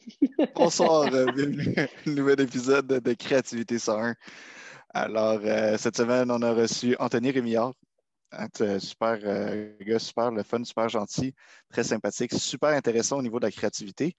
Bonsoir, bienvenue à un nouvel épisode de Créativité 101. Alors, cette semaine, on a reçu Anthony Rémillard. Super gars, super le fun, super gentil, très sympathique, super intéressant au niveau de la créativité.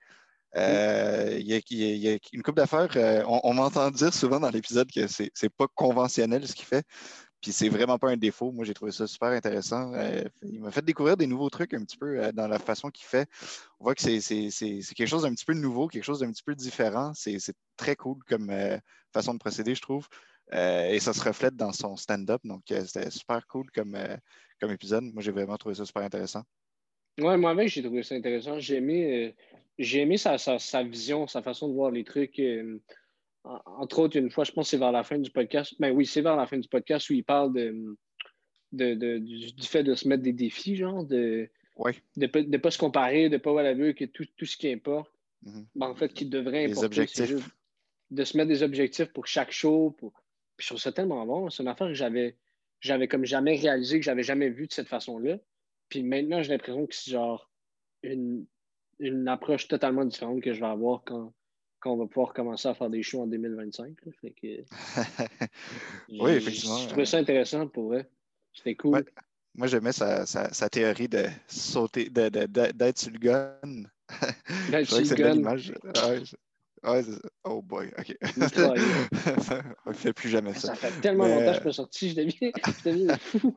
Il y a une couple d'affaires. On m'entend dire souvent dans l'épisode que c'est pas conventionnel ce qu'il fait. Puis c'est vraiment pas un défaut. Moi, j'ai trouvé ça super intéressant. Il m'a fait découvrir des nouveaux trucs un petit peu dans la façon qu'il fait. On voit que c'est quelque chose d'un petit peu nouveau, quelque chose d'un petit peu différent. C'est très cool comme façon de procéder, je trouve. Et ça se reflète dans son stand-up. Donc, c'était super cool comme épisode. Moi, j'ai vraiment trouvé ça super intéressant. Ouais, moi-même, j'ai trouvé ça intéressant. J'ai aimé sa vision, sa façon de voir les trucs. Entre autres, une fois, je pense que c'est vers la fin du podcast. Ben oui, c'est vers la fin du podcast où il parle du fait de se mettre des défis, genre, Oui. de pas se comparer, de pas whatever, que tout ce qui importe, Mhm. ben, en fait, qui devrait Les importer, c'est juste objectifs. de se mettre des objectifs pour chaque show. Puis je trouve ça tellement bon. C'est une affaire que j'avais comme jamais réalisé, que j'avais jamais vu de cette façon-là. Puis maintenant, j'ai l'impression que c'est genre une, une approche totalement différente que je vais avoir quand on va pouvoir commencer à faire des shows en 2025. Là. Fait que Oui, effectivement. je trouvais ça intéressant pour vrai. C'était Ouais. cool. Moi, j'aimais sa théorie de sauter, d'être sur le gun. Je Là, trouvais tu que le c'est une belle gun, image. Ouais, ouais, oh boy, OK. mitraillé. On ne fait plus jamais ça. Ça fait tellement longtemps que je Mais, suis pas sorti, je deviens fou.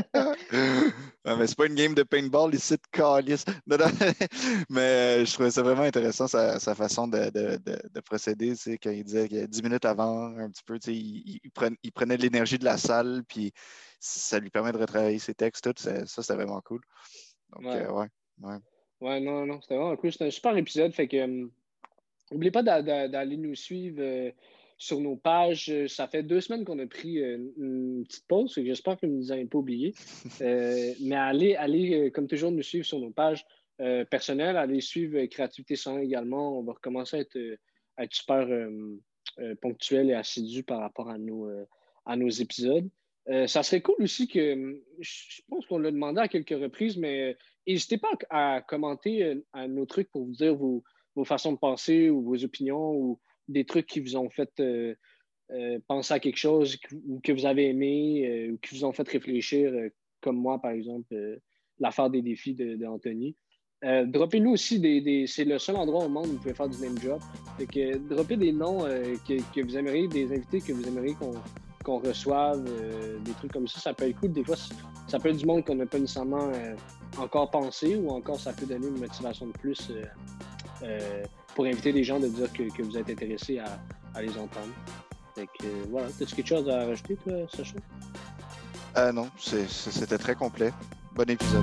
ouais, mais c'est pas une game de paintball ici de calice. Non, non. Mais je trouvais ça vraiment intéressant, sa façon de procéder. Quand il disait que 10 minutes avant, un petit peu, il prenait l'énergie de la salle, puis ça lui permet de retravailler ses textes, tout. Ça, c'était vraiment cool. Donc, Ouais. ouais. Ouais. Ouais, non, non, c'était vraiment cool. C'était un super épisode. Fait que, n'oubliez pas d'aller nous suivre sur nos pages. Ça fait 2 semaines qu'on a pris une petite pause. Fait que j'espère que vous ne nous avez pas oubliés. Mais allez comme toujours, nous suivre sur nos pages personnelles. Allez suivre Créativité 101 également. On va recommencer à être super ponctuel et assidu par rapport à nos épisodes. Ça serait cool aussi que, je pense qu'on l'a demandé à quelques reprises, mais n'hésitez pas à commenter à nos trucs pour vous dire vos façons de penser ou vos opinions ou des trucs qui vous ont fait penser à quelque chose ou que vous avez aimé ou qui vous ont fait réfléchir, comme moi, par exemple, l'affaire des défis d'Anthony. Droppez-nous aussi c'est le seul endroit au monde où vous pouvez faire du name drop. Fait que droppez des noms que vous aimeriez, des invités que vous aimeriez qu'on reçoive, des trucs comme ça peut être cool. Des fois, ça peut être du monde qu'on n'a pas nécessairement encore pensé ou encore ça peut donner une motivation de plus pour inviter des gens de dire que vous êtes intéressés à les entendre. Fait que voilà, as-tu quelque chose à rajouter, toi, Sacha? Non, c'était très complet. Bon épisode.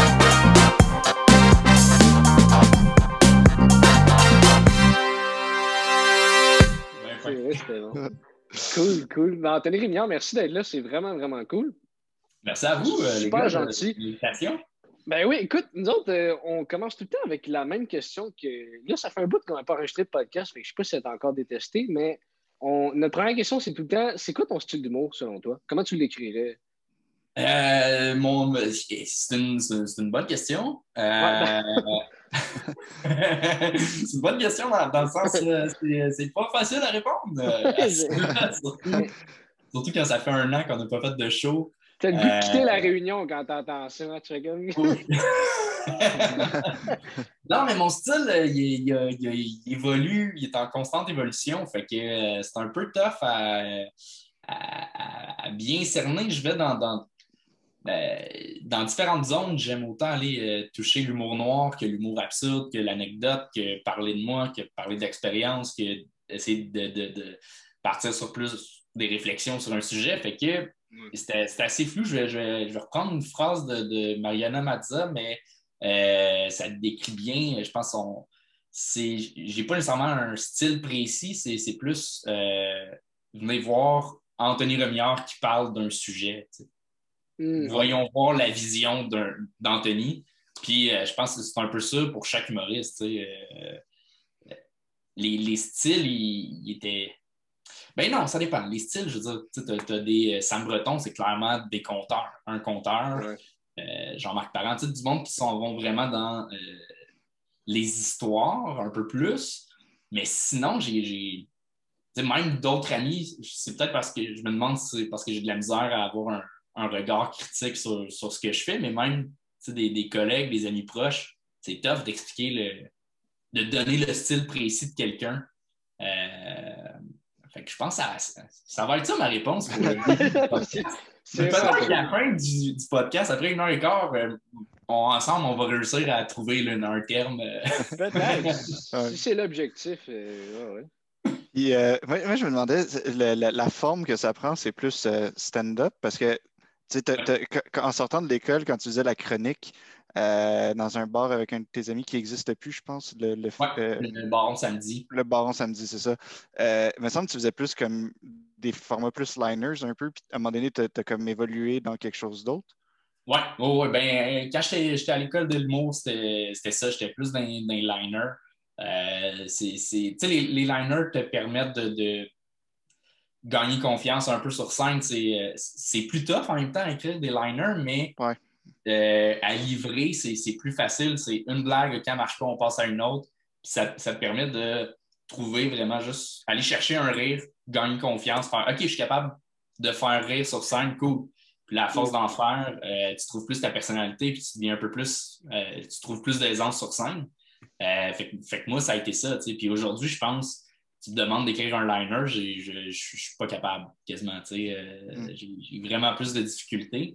C'est vrai, c'était bon. Cool. Ben, Anthony Rémillard, merci d'être là. C'est vraiment, vraiment cool. Merci à vous, les Super gars, gentil. de l'invitation. Ben oui, écoute, nous autres, on commence tout le temps avec la même question que. Là, ça fait un bout qu'on n'a pas enregistré de podcast, fait que je sais pas si c'est encore détesté, mais notre première question, c'est tout le temps, c'est quoi ton style d'humour selon toi? Comment tu l'écrirais? C'est une bonne question. Ouais, ben, C'est une bonne question dans le sens, c'est pas facile à répondre à ouais, ça. mais Surtout quand ça fait 1 an qu'on n'a pas fait de show. t'as le goût de Euh, quitter la réunion quand t'entends ça, hein, tu fais comme. Non, mais mon style, il évolue, il est en constante évolution. Fait que c'est un peu tough à bien cerner. Je vais dans différentes zones. J'aime autant aller toucher l'humour noir que l'humour absurde, que l'anecdote, que parler de moi, que parler d'expérience, que essayer de partir sur plus des réflexions sur un sujet. Fait que c'était assez flou. Je vais reprendre une phrase de Mariana Mazza, mais ça décrit bien. Je pense j'ai pas nécessairement un style précis. C'est plus venez voir Anthony Remillard qui parle d'un sujet. T'sais. Ouais. Voyons voir la vision d'Anthony. Puis je pense que c'est un peu ça pour chaque humoriste. Les styles, ils étaient. Ben non, ça dépend. Les styles, je veux dire, tu as des. Sam Breton, c'est clairement des conteurs. Un conteur. Ouais. Jean-Marc Parent, du monde qui vont vraiment les histoires un peu plus. Mais sinon, même d'autres amis, c'est peut-être parce que je me demande si c'est parce que j'ai de la misère à avoir un regard critique sur ce que je fais, mais même des collègues, des amis proches, c'est tough d'expliquer de donner le style précis de quelqu'un. Fait que je pense que ça va être ça ma réponse pour le début du podcast. Mais peut-être qu'à la fin du podcast, après 1h15, ensemble, on va réussir à trouver un terme. Peut-être. Si c'est l'objectif, ouais. Puis, moi, je me demandais, la forme que ça prend, c'est plus stand-up parce que en sortant de l'école, quand tu faisais la chronique dans un bar avec un de tes amis qui n'existe plus, je pense, le Baron Samedi. Le Baron Samedi, c'est ça. Il me semble que tu faisais plus comme des formats plus liners un peu, puis à un moment donné, tu as comme évolué dans quelque chose d'autre. Oui, ben, quand j'étais à l'école de l'humour, c'était ça, j'étais plus dans les liners. Les liners te permettent de gagner confiance un peu sur scène. C'est plus tough en même temps à écrire des liners, mais à livrer, c'est plus facile. C'est une blague, quand elle ne marche pas, on passe à une autre. Puis ça te permet de trouver vraiment juste, aller chercher un rire, gagner confiance, faire OK, je suis capable de faire rire sur scène, cool. Puis la force d'en faire, tu trouves plus ta personnalité, puis tu deviens un peu plus, tu trouves plus d'aisance sur scène. Fait que moi, ça a été ça. Puis aujourd'hui, je pense, tu me demandes d'écrire un liner, je ne suis pas capable quasiment. J'ai vraiment plus de difficultés.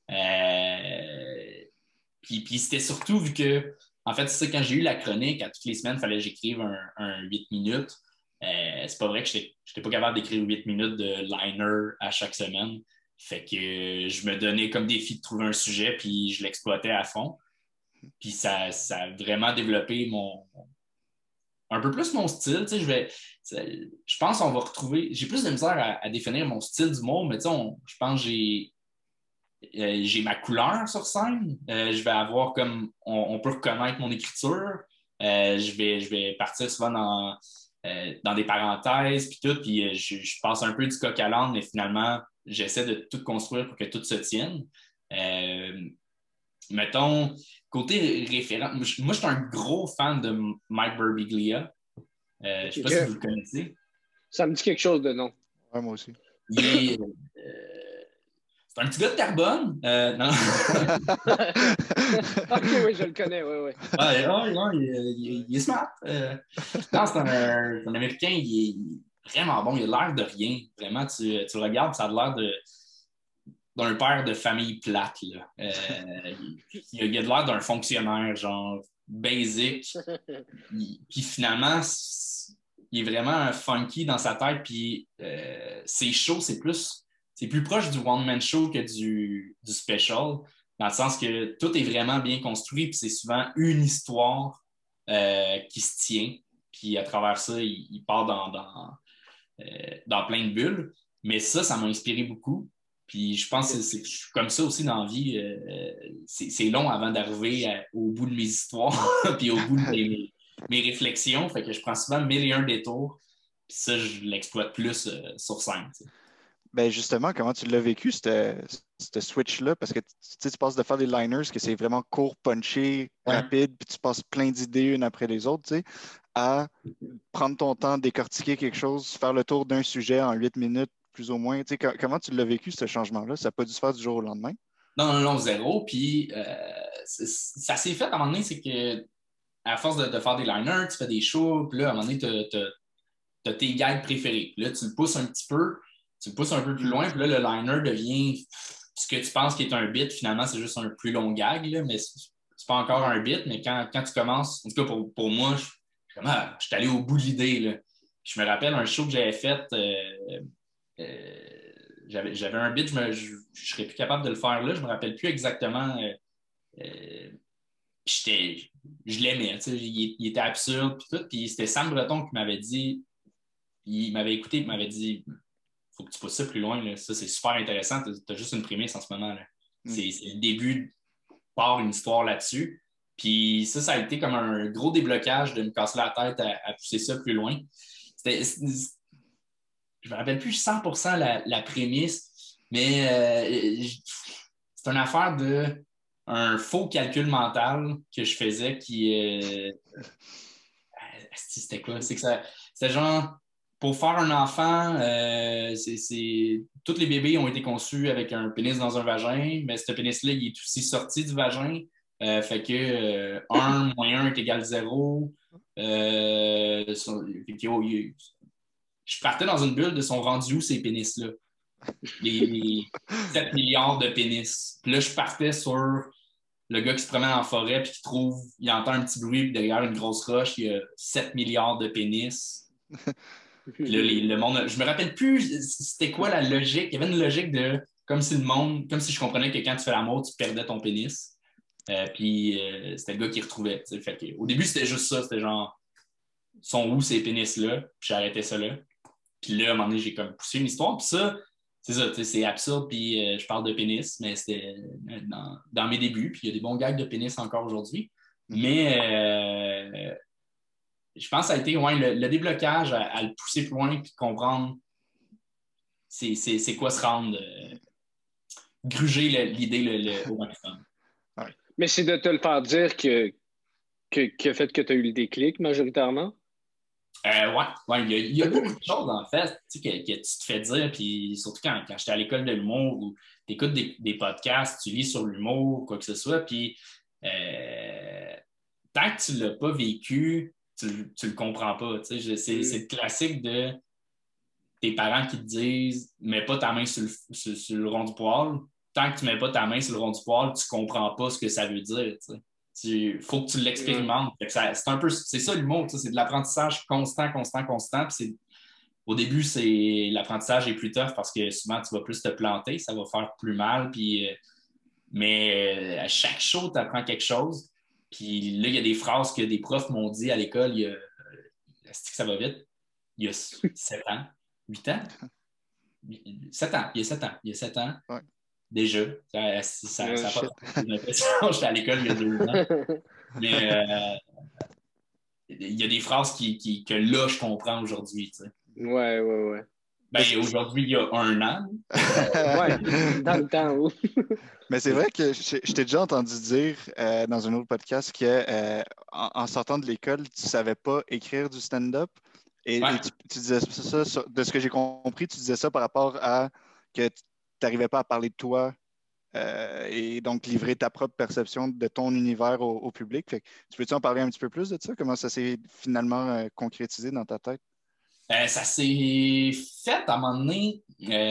Puis c'était surtout vu que, en fait, c'est ça, quand j'ai eu la chronique, à toutes les semaines, il fallait que j'écrive un 8 minutes. C'est pas vrai que je n'étais pas capable d'écrire 8 minutes de liner à chaque semaine. Fait que je me donnais comme défi de trouver un sujet, puis je l'exploitais à fond. Puis ça a vraiment développé un peu plus mon style. Je pense qu'on va retrouver. J'ai plus de misère à définir mon style d'humour, mais je pense que j'ai ma couleur sur scène. Je vais avoir comme. On peut reconnaître mon écriture. Je vais partir souvent dans des parenthèses, puis tout. Puis je passe un peu du coq à l'âne, mais finalement, j'essaie de tout construire pour que tout se tienne. Mettons, côté référent, moi, je suis un gros fan de Mike Birbiglia. Je ne sais pas si vous le connaissez. Ça me dit quelque chose de nom. Ouais, moi aussi. C'est un petit gars de Terrebonne. Non. OK, oui, je le connais, oui. Il est smart. Non, c'est un Américain, il est vraiment bon. Il a l'air de rien. Vraiment, tu le regardes, ça a l'air d'un père de famille plate. Là. Il a de l'air d'un fonctionnaire, genre basic. Puis finalement, il est vraiment funky dans sa tête. Puis ses shows, c'est plus proche du one-man show que du special, dans le sens que tout est vraiment bien construit, puis c'est souvent une histoire qui se tient. Puis à travers ça, il part dans plein de bulles. Mais ça m'a inspiré beaucoup. Puis je pense que je suis comme ça aussi dans la vie. C'est long avant d'arriver au bout de mes histoires, puis au bout de mes réflexions. Fait que je prends souvent 1001 détours. Puis ça, je l'exploite plus sur scène. T'sais. Ben justement, comment tu l'as vécu, ce switch-là? Parce que tu passes de faire des liners, que c'est vraiment court, punché, rapide, puis tu passes plein d'idées une après les autres, à prendre ton temps, décortiquer quelque chose, faire le tour d'un sujet en 8 minutes, plus ou moins. Comment tu l'as vécu, ce changement-là? Ça n'a pas dû se faire du jour au lendemain? Non, zéro. Puis ça s'est fait à un moment donné, c'est que à force de faire des liners, tu fais des shows, puis là, à un moment donné, tu as tes gags préférés. Puis là, tu le pousses un petit peu, tu le pousses un peu plus loin, puis là, le liner devient ce que tu penses qui est un bit, finalement, c'est juste un plus long gag, là, mais c'est pas encore un bit, mais quand tu commences, en tout cas pour moi, je suis allé au bout de l'idée. Là. Je me rappelle un show que j'avais fait, j'avais un bit, je serais plus capable de le faire là, je me rappelle plus exactement. Je l'aimais, il était absurde, puis tout, puis c'était Sam Breton qui m'avait dit, il m'avait écouté, il m'avait dit faut que tu pousses ça plus loin. Là. Ça, c'est super intéressant. Tu as juste une prémisse en ce moment. Là. C'est le début, part une histoire là-dessus. Puis ça a été comme un gros déblocage de me casser la tête à pousser ça plus loin. Je me rappelle plus 100% la prémisse, mais c'est une affaire de un faux calcul mental que je faisais qui... c'était quoi? C'est que c'était genre, pour faire un enfant, tous les bébés ont été conçus avec un pénis dans un vagin, mais ce pénis-là, il est aussi sorti du vagin. Fait que 1 moins 1 est égal 0. Je partais dans une bulle de son rendu où ces pénis-là. Les 7 milliards de pénis. Puis là, je partais sur le gars qui se promène en forêt puis il entend un petit bruit, puis derrière une grosse roche, il y a 7 milliards de pénis. Puis là, le monde, je me rappelle plus c'était quoi la logique. Il y avait une logique de comme si je comprenais que quand tu fais l'amour, tu perdais ton pénis. Puis c'était le gars qui retrouvait. Fait que, au début, c'était juste ça. C'était genre, sont où ces pénis-là? Puis j'arrêtais ça là. Puis là, à un moment donné, j'ai comme poussé une histoire. Puis ça, c'est ça, c'est absurde. Puis je parle de pénis, mais c'était dans mes débuts. Puis il y a des bons gags de pénis encore aujourd'hui. Mais je pense que ça a été le déblocage à le pousser plus loin puis comprendre c'est quoi se rendre, gruger l'idée au maximum. Ouais. Mais c'est de te le faire dire que fait que tu as eu le déclic majoritairement? Ouais, il y a beaucoup de choses en fait que tu te fais dire, puis surtout quand j'étais à l'école de l'humour ou tu écoutes des podcasts, tu lis sur l'humour, quoi que ce soit, puis tant que tu ne l'as pas vécu, tu le comprends pas. C'est le classique de tes parents qui te disent mets pas ta main sur le rond du poil. Tant que tu ne mets pas ta main sur le rond du poil, tu ne comprends pas ce que ça veut dire. Il faut que tu l'expérimentes. C'est ça l'humour, c'est de l'apprentissage constant. Puis au début, l'apprentissage est plus tough parce que souvent, tu vas plus te planter, ça va faire plus mal. Mais à chaque show, tu apprends quelque chose. Puis là, il y a des phrases que des profs m'ont dit à l'école, est-ce que ça va vite? Il y a 7 ans, 8 ans? 7 ans, il y a 7 ans. Il y a 7 ans. Ouais. Déjà, ça n'a pas trop l'impression. J'étais à l'école il y a 2 ans. Mais il y a des phrases que là, je comprends aujourd'hui. Tu sais. Ouais. Ben, aujourd'hui, il y a 1 an. Ouais, dans le temps, oui. Mais c'est vrai que je t'ai déjà entendu dire dans un autre podcast que en sortant de l'école, tu ne savais pas écrire du stand-up. Et tu disais ça, de ce que j'ai compris, tu disais ça par rapport à que tu n'arrivais pas à parler de toi et donc livrer ta propre perception de ton univers au public. Fait que, tu peux-tu en parler un petit peu plus de ça? Comment ça s'est finalement concrétisé dans ta tête? Ça s'est fait à un moment donné.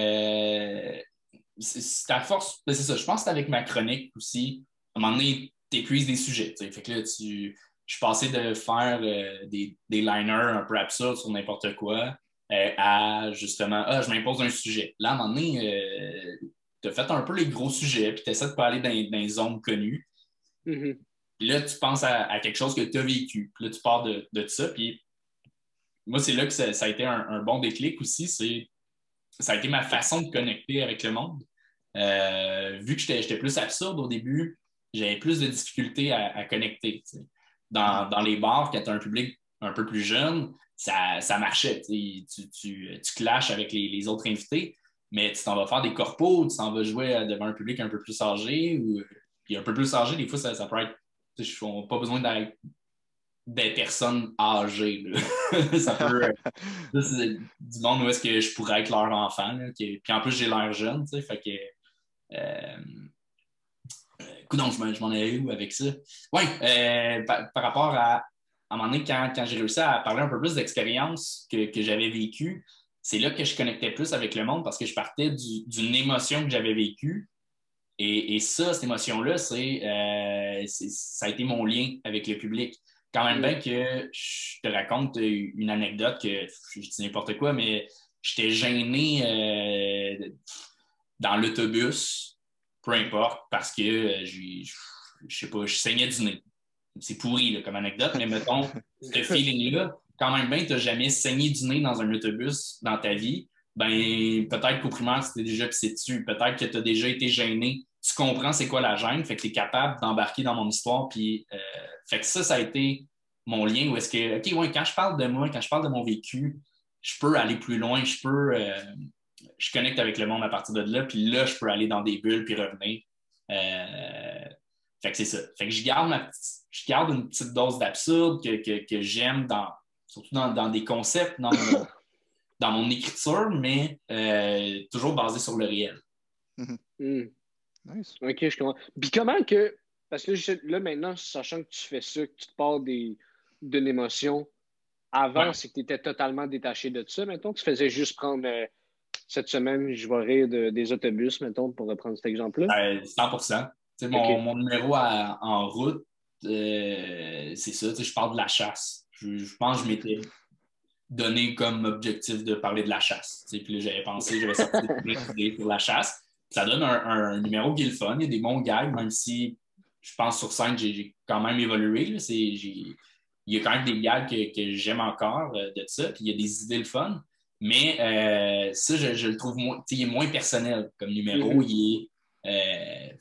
C'est à force. C'est ça. Je pense que c'est avec ma chronique aussi. À un moment donné, tu épuises des sujets. T'sais. Fait que là, je suis passé de faire des liners un peu absurdes sur n'importe quoi à justement, je m'impose un sujet. Là, à un moment donné, tu as fait un peu les gros sujets, puis tu essaies de pas aller dans les zones connues. Mm-hmm. Puis là, tu penses à quelque chose que tu as vécu. Puis là, tu pars de ça. Puis moi, c'est là que ça a été un bon déclic aussi. Ça a été ma façon de connecter avec le monde. Vu que j'étais plus absurde au début, j'avais plus de difficultés à connecter. T'sais. Dans les bars, quand tu as un public un peu plus jeune, ça marchait. Tu clashes avec les autres invités, mais tu t'en vas faire des corpos, tu t'en vas jouer devant un public un peu plus âgé. Puis un peu plus âgé, des fois, ça peut être. On n'a pas besoin d'être des personnes âgées. Ça peut. C'est du monde où est-ce que je pourrais être leur enfant. Puis en plus, j'ai l'air jeune. Fait que. Donc, je m'en ai où avec ça? Oui, par rapport à un moment donné, quand j'ai réussi à parler un peu plus d'expériences que j'avais vécues, c'est là que je connectais plus avec le monde parce que je partais d'une émotion que j'avais vécue. Et ça, cette émotion-là, ça a été mon lien avec le public. Quand même bien que je te raconte une anecdote que je dis n'importe quoi, mais j'étais gêné dans l'autobus, peu importe, parce que je sais pas, je saignais du nez. C'est pourri là, comme anecdote, mais mettons, ce feeling-là, quand même bien, tu n'as jamais saigné du nez dans un autobus dans ta vie, ben peut-être qu'au primaire, c'était déjà pissé dessus. Peut-être que tu as déjà été gêné. Tu comprends c'est quoi la gêne, fait que tu es capable d'embarquer dans mon histoire. Puis, fait que ça a été mon lien où est-ce que, OK, ouais, quand je parle de moi, quand je parle de mon vécu, je peux aller plus loin, je connecte avec le monde à partir de là, puis là, je peux aller dans des bulles puis revenir. Fait que c'est ça. Fait que je garde une petite dose d'absurde que j'aime surtout dans des concepts, dans mon écriture, mais toujours basé sur le réel. Nice. OK, je comprends. Puis comment que... Parce que là, maintenant, sachant que tu fais ça, que tu te parles d'une émotion, avant, c'est que tu étais totalement détaché de ça, mettons. Tu faisais juste prendre cette semaine, je vais rire des autobus, mettons, pour reprendre cet exemple-là. 100%. Mon numéro en route, c'est ça. Je parle de la chasse. Je pense que je m'étais donné comme objectif de parler de la chasse. Puis là, j'avais sorti des idées pour la chasse. Ça donne un numéro qui est le fun. Il y a des bons gags, même si je pense sur scène, j'ai quand même évolué. Là. Il y a quand même des gags que j'aime encore de ça. Puis il y a des idées le fun. Mais ça, je le trouve il est moins personnel comme numéro. Il est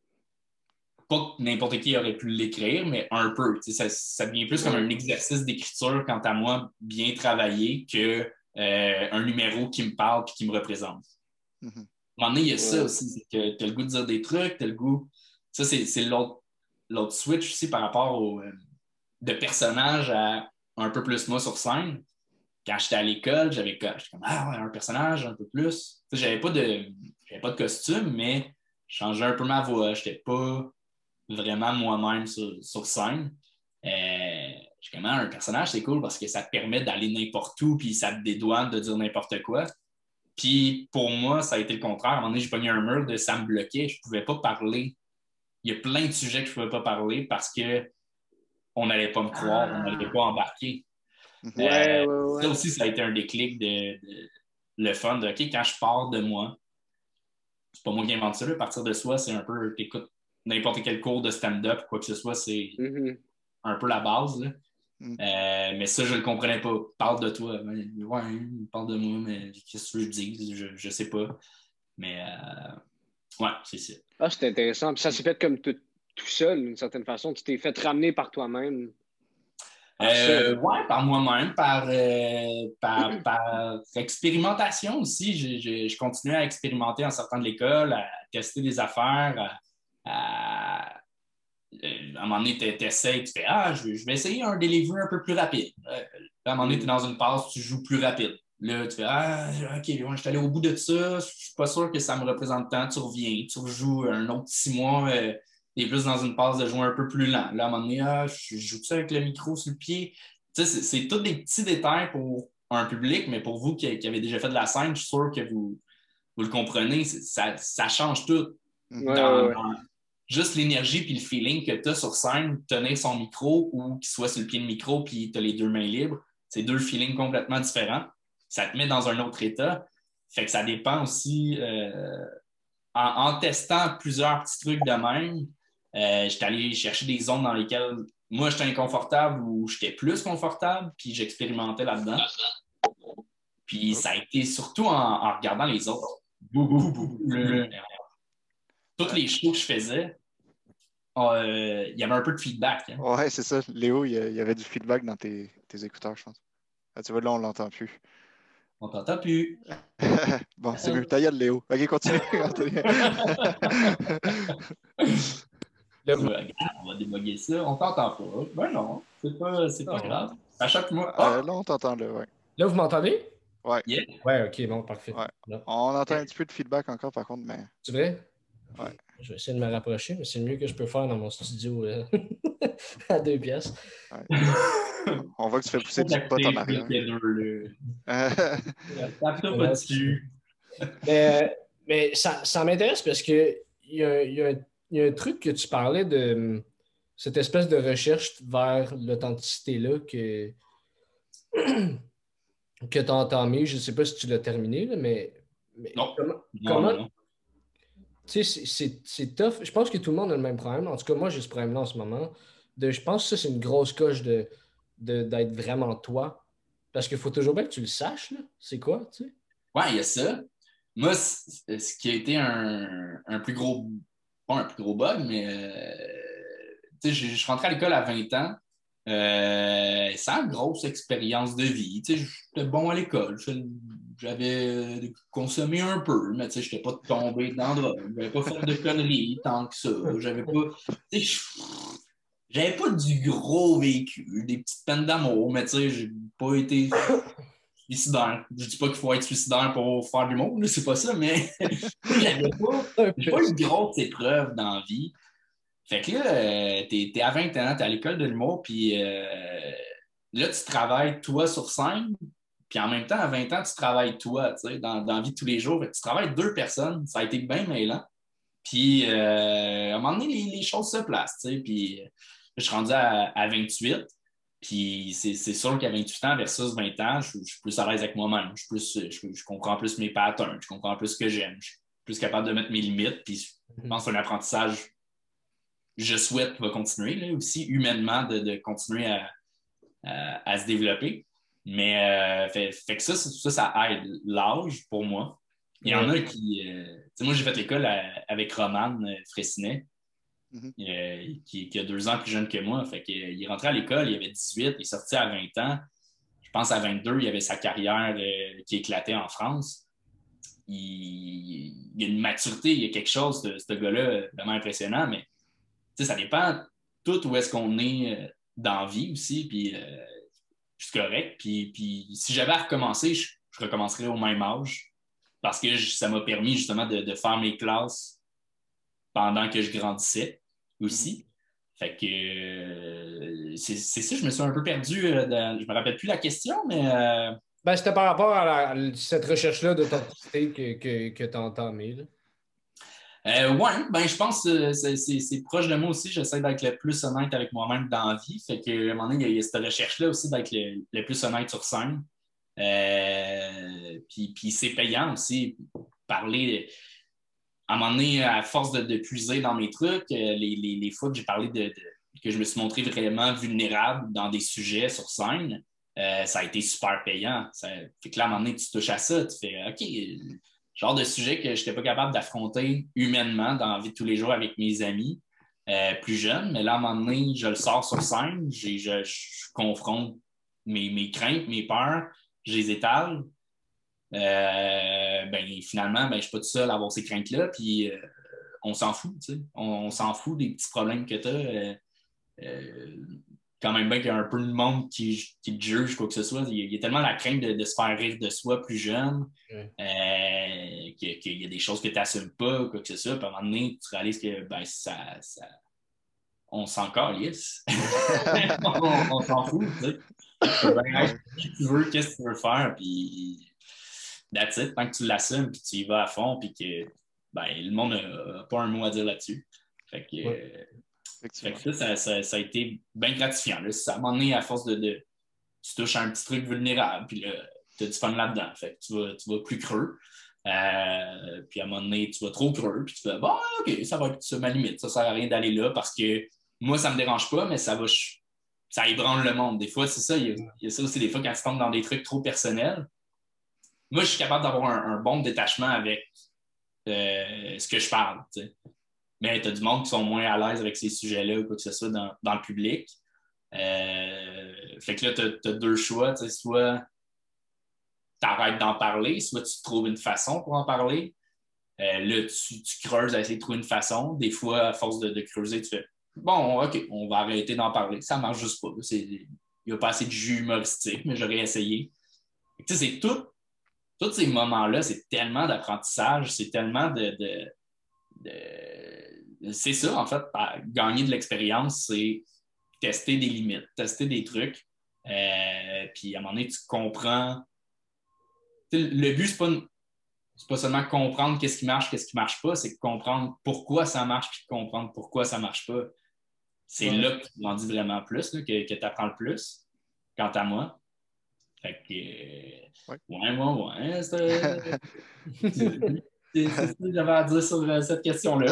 pas que n'importe qui aurait pu l'écrire, mais un peu. Ça devient plus comme un exercice d'écriture, quant à moi, bien travaillé, qu'un numéro qui me parle et qui me représente. À un moment donné, il y a ça aussi, c'est que tu as le goût de dire des trucs, tu as le goût. Ça, c'est l'autre switch aussi par rapport de personnage à un peu plus moi sur scène. Quand j'étais à l'école, j'étais comme un personnage un peu plus. J'avais pas de costume, mais je changeais un peu ma voix. J'étais pas vraiment moi-même sur scène. Je comme un personnage, c'est cool parce que ça te permet d'aller n'importe où puis ça te dédouane de dire n'importe quoi. Puis pour moi, ça a été le contraire. À un moment donné, j'ai pogné un mur ça me bloquait. Je pouvais pas parler. Il y a plein de sujets que je pouvais pas parler parce qu'on n'allait pas me croire, on n'allait pas embarquer. Ça aussi, ça a été un déclic de le fun de OK, quand je pars de moi, c'est pas moi qui invente ça, à partir de soi, c'est un peu, t'écoutes n'importe quel cours de stand-up, quoi que ce soit, c'est un peu la base. Là. Mais ça, je le comprenais pas. Parle de toi. Ouais, parle de moi, mais qu'est-ce que je dis? Je sais pas. Mais ouais, c'est ça. Ah, c'est intéressant. Puis ça s'est fait comme tout seul, d'une certaine façon. Tu t'es fait ramener par toi-même. Ouais, par moi-même, par expérimentation aussi. Je continuais à expérimenter en sortant de l'école, à tester des affaires, à un moment donné, tu essaies, tu fais je vais essayer un delivery un peu plus rapide. À un moment donné, tu es dans une passe, tu joues plus rapide. Là, tu fais OK, je suis allé au bout de ça, je suis pas sûr que ça me représente tant. Tu reviens, tu rejoues un autre 6 mois. Tu es plus dans une passe de jouer un peu plus lent. Là, à un moment donné, je joue ça avec le micro sur le pied. Tu sais, c'est tous des petits détails pour un public, mais pour vous qui avez déjà fait de la scène, je suis sûr que vous le comprenez, ça change tout. Juste l'énergie puis le feeling que tu as sur scène, tenir son micro ou qu'il soit sur le pied de micro puis tu as les 2 mains libres, c'est 2 feelings complètement différents. Ça te met dans un autre état. Fait que ça dépend aussi en testant plusieurs petits trucs de même. J'étais allé chercher des zones dans lesquelles moi j'étais inconfortable ou j'étais plus confortable, puis j'expérimentais là-dedans. Puis ça a été surtout en regardant les autres. Toutes les shows que je faisais, il y avait un peu de feedback. Hein. Ouais, c'est ça. Léo, il y avait du feedback dans tes écouteurs, je pense. Tu vois, là, on l'entend plus. On t'entend plus. Bon, c'est mieux. Ta gueule, Léo. OK, continue. On va déboguer ça. On t'entend pas. Ben non, c'est pas grave. À chaque mois. Là, on t'entend, là, ouais. Là, vous m'entendez? Ouais. Yeah. Ouais, OK, bon, parfait. Ouais. On entend un petit peu de feedback encore, par contre, mais... C'est vrai? Ouais. Je vais essayer de me rapprocher, mais c'est le mieux que je peux faire dans mon studio à 2 pièces. Ouais. On voit que tu fais pousser du pot en arrière. Tape-toi pas dessus. Mais ça m'intéresse parce que il y a un truc que tu parlais de cette espèce de recherche vers l'authenticité-là que tu as entamé. Je ne sais pas si tu l'as terminé, là, mais non. Comment non. Tu sais, c'est tough. Je pense que tout le monde a le même problème. En tout cas, moi, j'ai ce problème-là en ce moment. Je pense que ça, c'est une grosse coche d'être vraiment toi. Parce qu'il faut toujours bien que tu le saches, là. C'est quoi, tu sais? Ouais, il y a ça. Moi, ce qui a été un plus gros... Pas un plus gros bug, mais... tu sais, je suis rentré à l'école à 20 ans. Sans grosse expérience de vie. Tu sais, j'étais bon à l'école. Je j'avais consommé un peu, mais tu sais, je n'étais pas tombé dans le drogue. J'avais pas fait de conneries tant que ça. J'avais pas. J'avais pas du gros vécu, des petites peines d'amour, mais tu sais, j'ai pas été suicidaire. Je dis pas qu'il faut être suicidaire pour faire du monde, c'est pas ça, mais j'avais pas eu de grosses épreuves dans la vie. Fait que là, t'es à 20 ans, t'es à l'école de l'humour, puis là, tu travailles toi sur scène, puis en même temps, à 20 ans, tu travailles toi, tu sais, dans la vie de tous les jours. Fait que tu travailles 2 personnes, ça a été bien mêlant. Puis à un moment donné, les choses se placent, tu sais, puis je suis rendu à 28. Puis c'est sûr qu'à 28 ans versus 20 ans, je suis plus à l'aise avec moi-même. Je comprends plus mes patterns, je comprends plus ce que j'aime. Je suis plus capable de mettre mes limites. Puis je pense que c'est un apprentissage, je souhaite, va continuer là, aussi, humainement, de continuer à se développer. Mais fait que ça aide l'âge pour moi. Il y en a qui. Moi, j'ai fait l'école avec Roman Fraissinet. Qui a 2 ans plus jeune que moi. Fait qu'il est rentré à l'école, il avait 18, il est sorti à 20 ans. Je pense à 22, il avait sa carrière qui éclatait en France. Il y a une maturité, il y a quelque chose de ce gars-là vraiment impressionnant, mais ça dépend tout où est-ce qu'on est dans la vie aussi, puis je suis correct. Puis si j'avais à recommencer, je recommencerais au même âge parce que ça m'a permis justement de faire mes classes pendant que je grandissais aussi. Fait que c'est ça, je me suis un peu perdu. Je me rappelle plus la question, mais... c'était par rapport à cette recherche-là d'authenticité que tu as entamée. Je pense que c'est proche de moi aussi. J'essaie d'être le plus honnête avec moi-même dans la vie. Fait qu'à un moment donné, il y a cette recherche-là aussi d'être le plus honnête sur scène. Puis c'est payant aussi. Parler... À un moment donné, à force de puiser dans mes trucs, les fois que j'ai parlé que je me suis montré vraiment vulnérable dans des sujets sur scène, ça a été super payant. Fait que là, à un moment donné, tu touches à ça, tu fais OK, genre de sujet que je n'étais pas capable d'affronter humainement dans la vie de tous les jours avec mes amis plus jeunes, mais là, à un moment donné, je le sors sur scène, je confronte mes craintes, mes peurs, je les étale. Finalement, je ne suis pas tout seul à avoir ces craintes-là, puis on s'en fout, tu sais. On s'en fout des petits problèmes que tu as. Quand même bien qu'il y a un peu de monde qui te juge, quoi que ce soit. Il y a tellement la crainte de se faire rire de soi plus jeune, qu'il y a des choses que tu n'assumes pas, quoi que ce soit. Puis à un moment donné, tu réalises que on s'en calisse. on s'en fout, tu sais. Si tu veux, qu'est-ce que tu veux faire, puis... That's it, tant que tu l'assumes puis tu y vas à fond puis que le monde n'a pas un mot à dire là-dessus. Fait que ça a été bien gratifiant. Là. Ça m'a amené à force de tu touches à un petit truc vulnérable puis là, tu as du fun là-dedans. Fait que tu vas plus creux. Puis à un moment donné, tu vas trop creux puis tu fais OK, ça va être ça ma limite. Ça sert à rien d'aller là parce que moi, ça me dérange pas, mais ça ébranle le monde. Des fois, c'est ça. Il y a ça aussi des fois quand tu tombes dans des trucs trop personnels. Moi, je suis capable d'avoir un bon détachement avec ce que je parle. T'sais. Mais tu as du monde qui sont moins à l'aise avec ces sujets-là ou quoi que ce soit dans le public. Fait que là, tu as 2 choix. Soit tu arrêtes d'en parler, soit tu trouves une façon pour en parler. Là, tu creuses à essayer de trouver une façon. Des fois, à force de creuser, tu fais bon, OK, on va arrêter d'en parler. Ça ne marche juste pas. Il n'y a pas assez de jus humoristique, mais j'aurais essayé. C'est tout. Tous ces moments-là, c'est tellement d'apprentissage, c'est tellement c'est ça, en fait, gagner de l'expérience, c'est tester des limites, tester des trucs. Puis à un moment donné, tu comprends. Le but, c'est pas seulement comprendre qu'est-ce qui marche pas, c'est comprendre pourquoi ça marche puis comprendre pourquoi ça marche pas. C'est là que tu grandis vraiment plus, là, que tu apprends le plus, quant à moi. Fait que. Ouais. C'est ce que j'avais à dire sur cette question-là.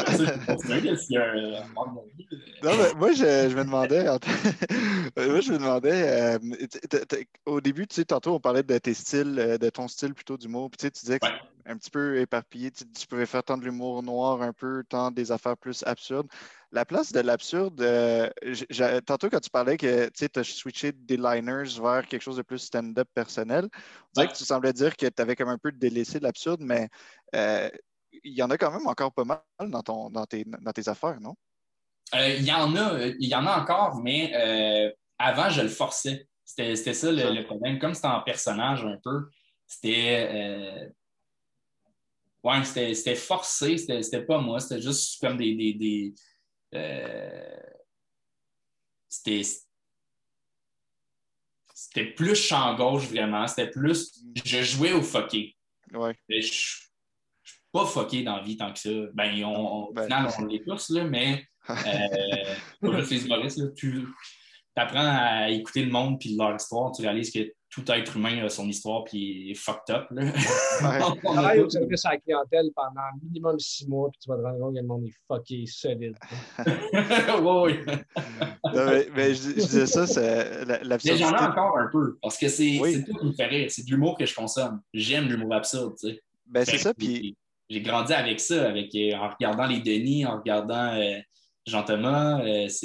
Non, mais moi, je me demandais. Au début, tu sais, tantôt, on parlait de tes styles, de ton style plutôt d'humour. Puis tu disais que un petit peu éparpillé. Tu pouvais faire tant de l'humour noir un peu, tant des affaires plus absurdes. La place de l'absurde, tantôt quand tu parlais que tu as switché des liners vers quelque chose de plus stand-up personnel, on dirait que tu semblais dire que tu avais comme un peu délaissé l'absurde, mais il y en a quand même encore pas mal dans tes affaires, non? Il y en a encore, mais avant, je le forçais. C'était ça le problème. Comme c'était en personnage un peu, c'était ouais, c'était forcé, c'était pas moi, c'était juste comme c'était plus champ gauche vraiment, c'était plus je jouais au fucké. Ouais. Je suis pas fucké dans la vie tant que ça. Ben, au final, on l'est tous, là, mais pas juste les humoristes. Là, tu apprends à écouter le monde puis leur histoire, tu réalises que tout être humain a son histoire puis est fucked up. Là. Tu travailles au service à la clientèle pendant minimum 6 mois puis tu vas te rendre compte que le monde est fucké solide. Oui. mais je disais ça, c'est l'absurdité. Mais j'en ai encore un peu parce que c'est tout qui me fait rire. C'est de l'humour que je consomme. J'aime l'humour absurde. Tu sais. Ben, c'est ça. Puis j'ai grandi avec ça, en regardant les Denis, en regardant Jean-Thomas.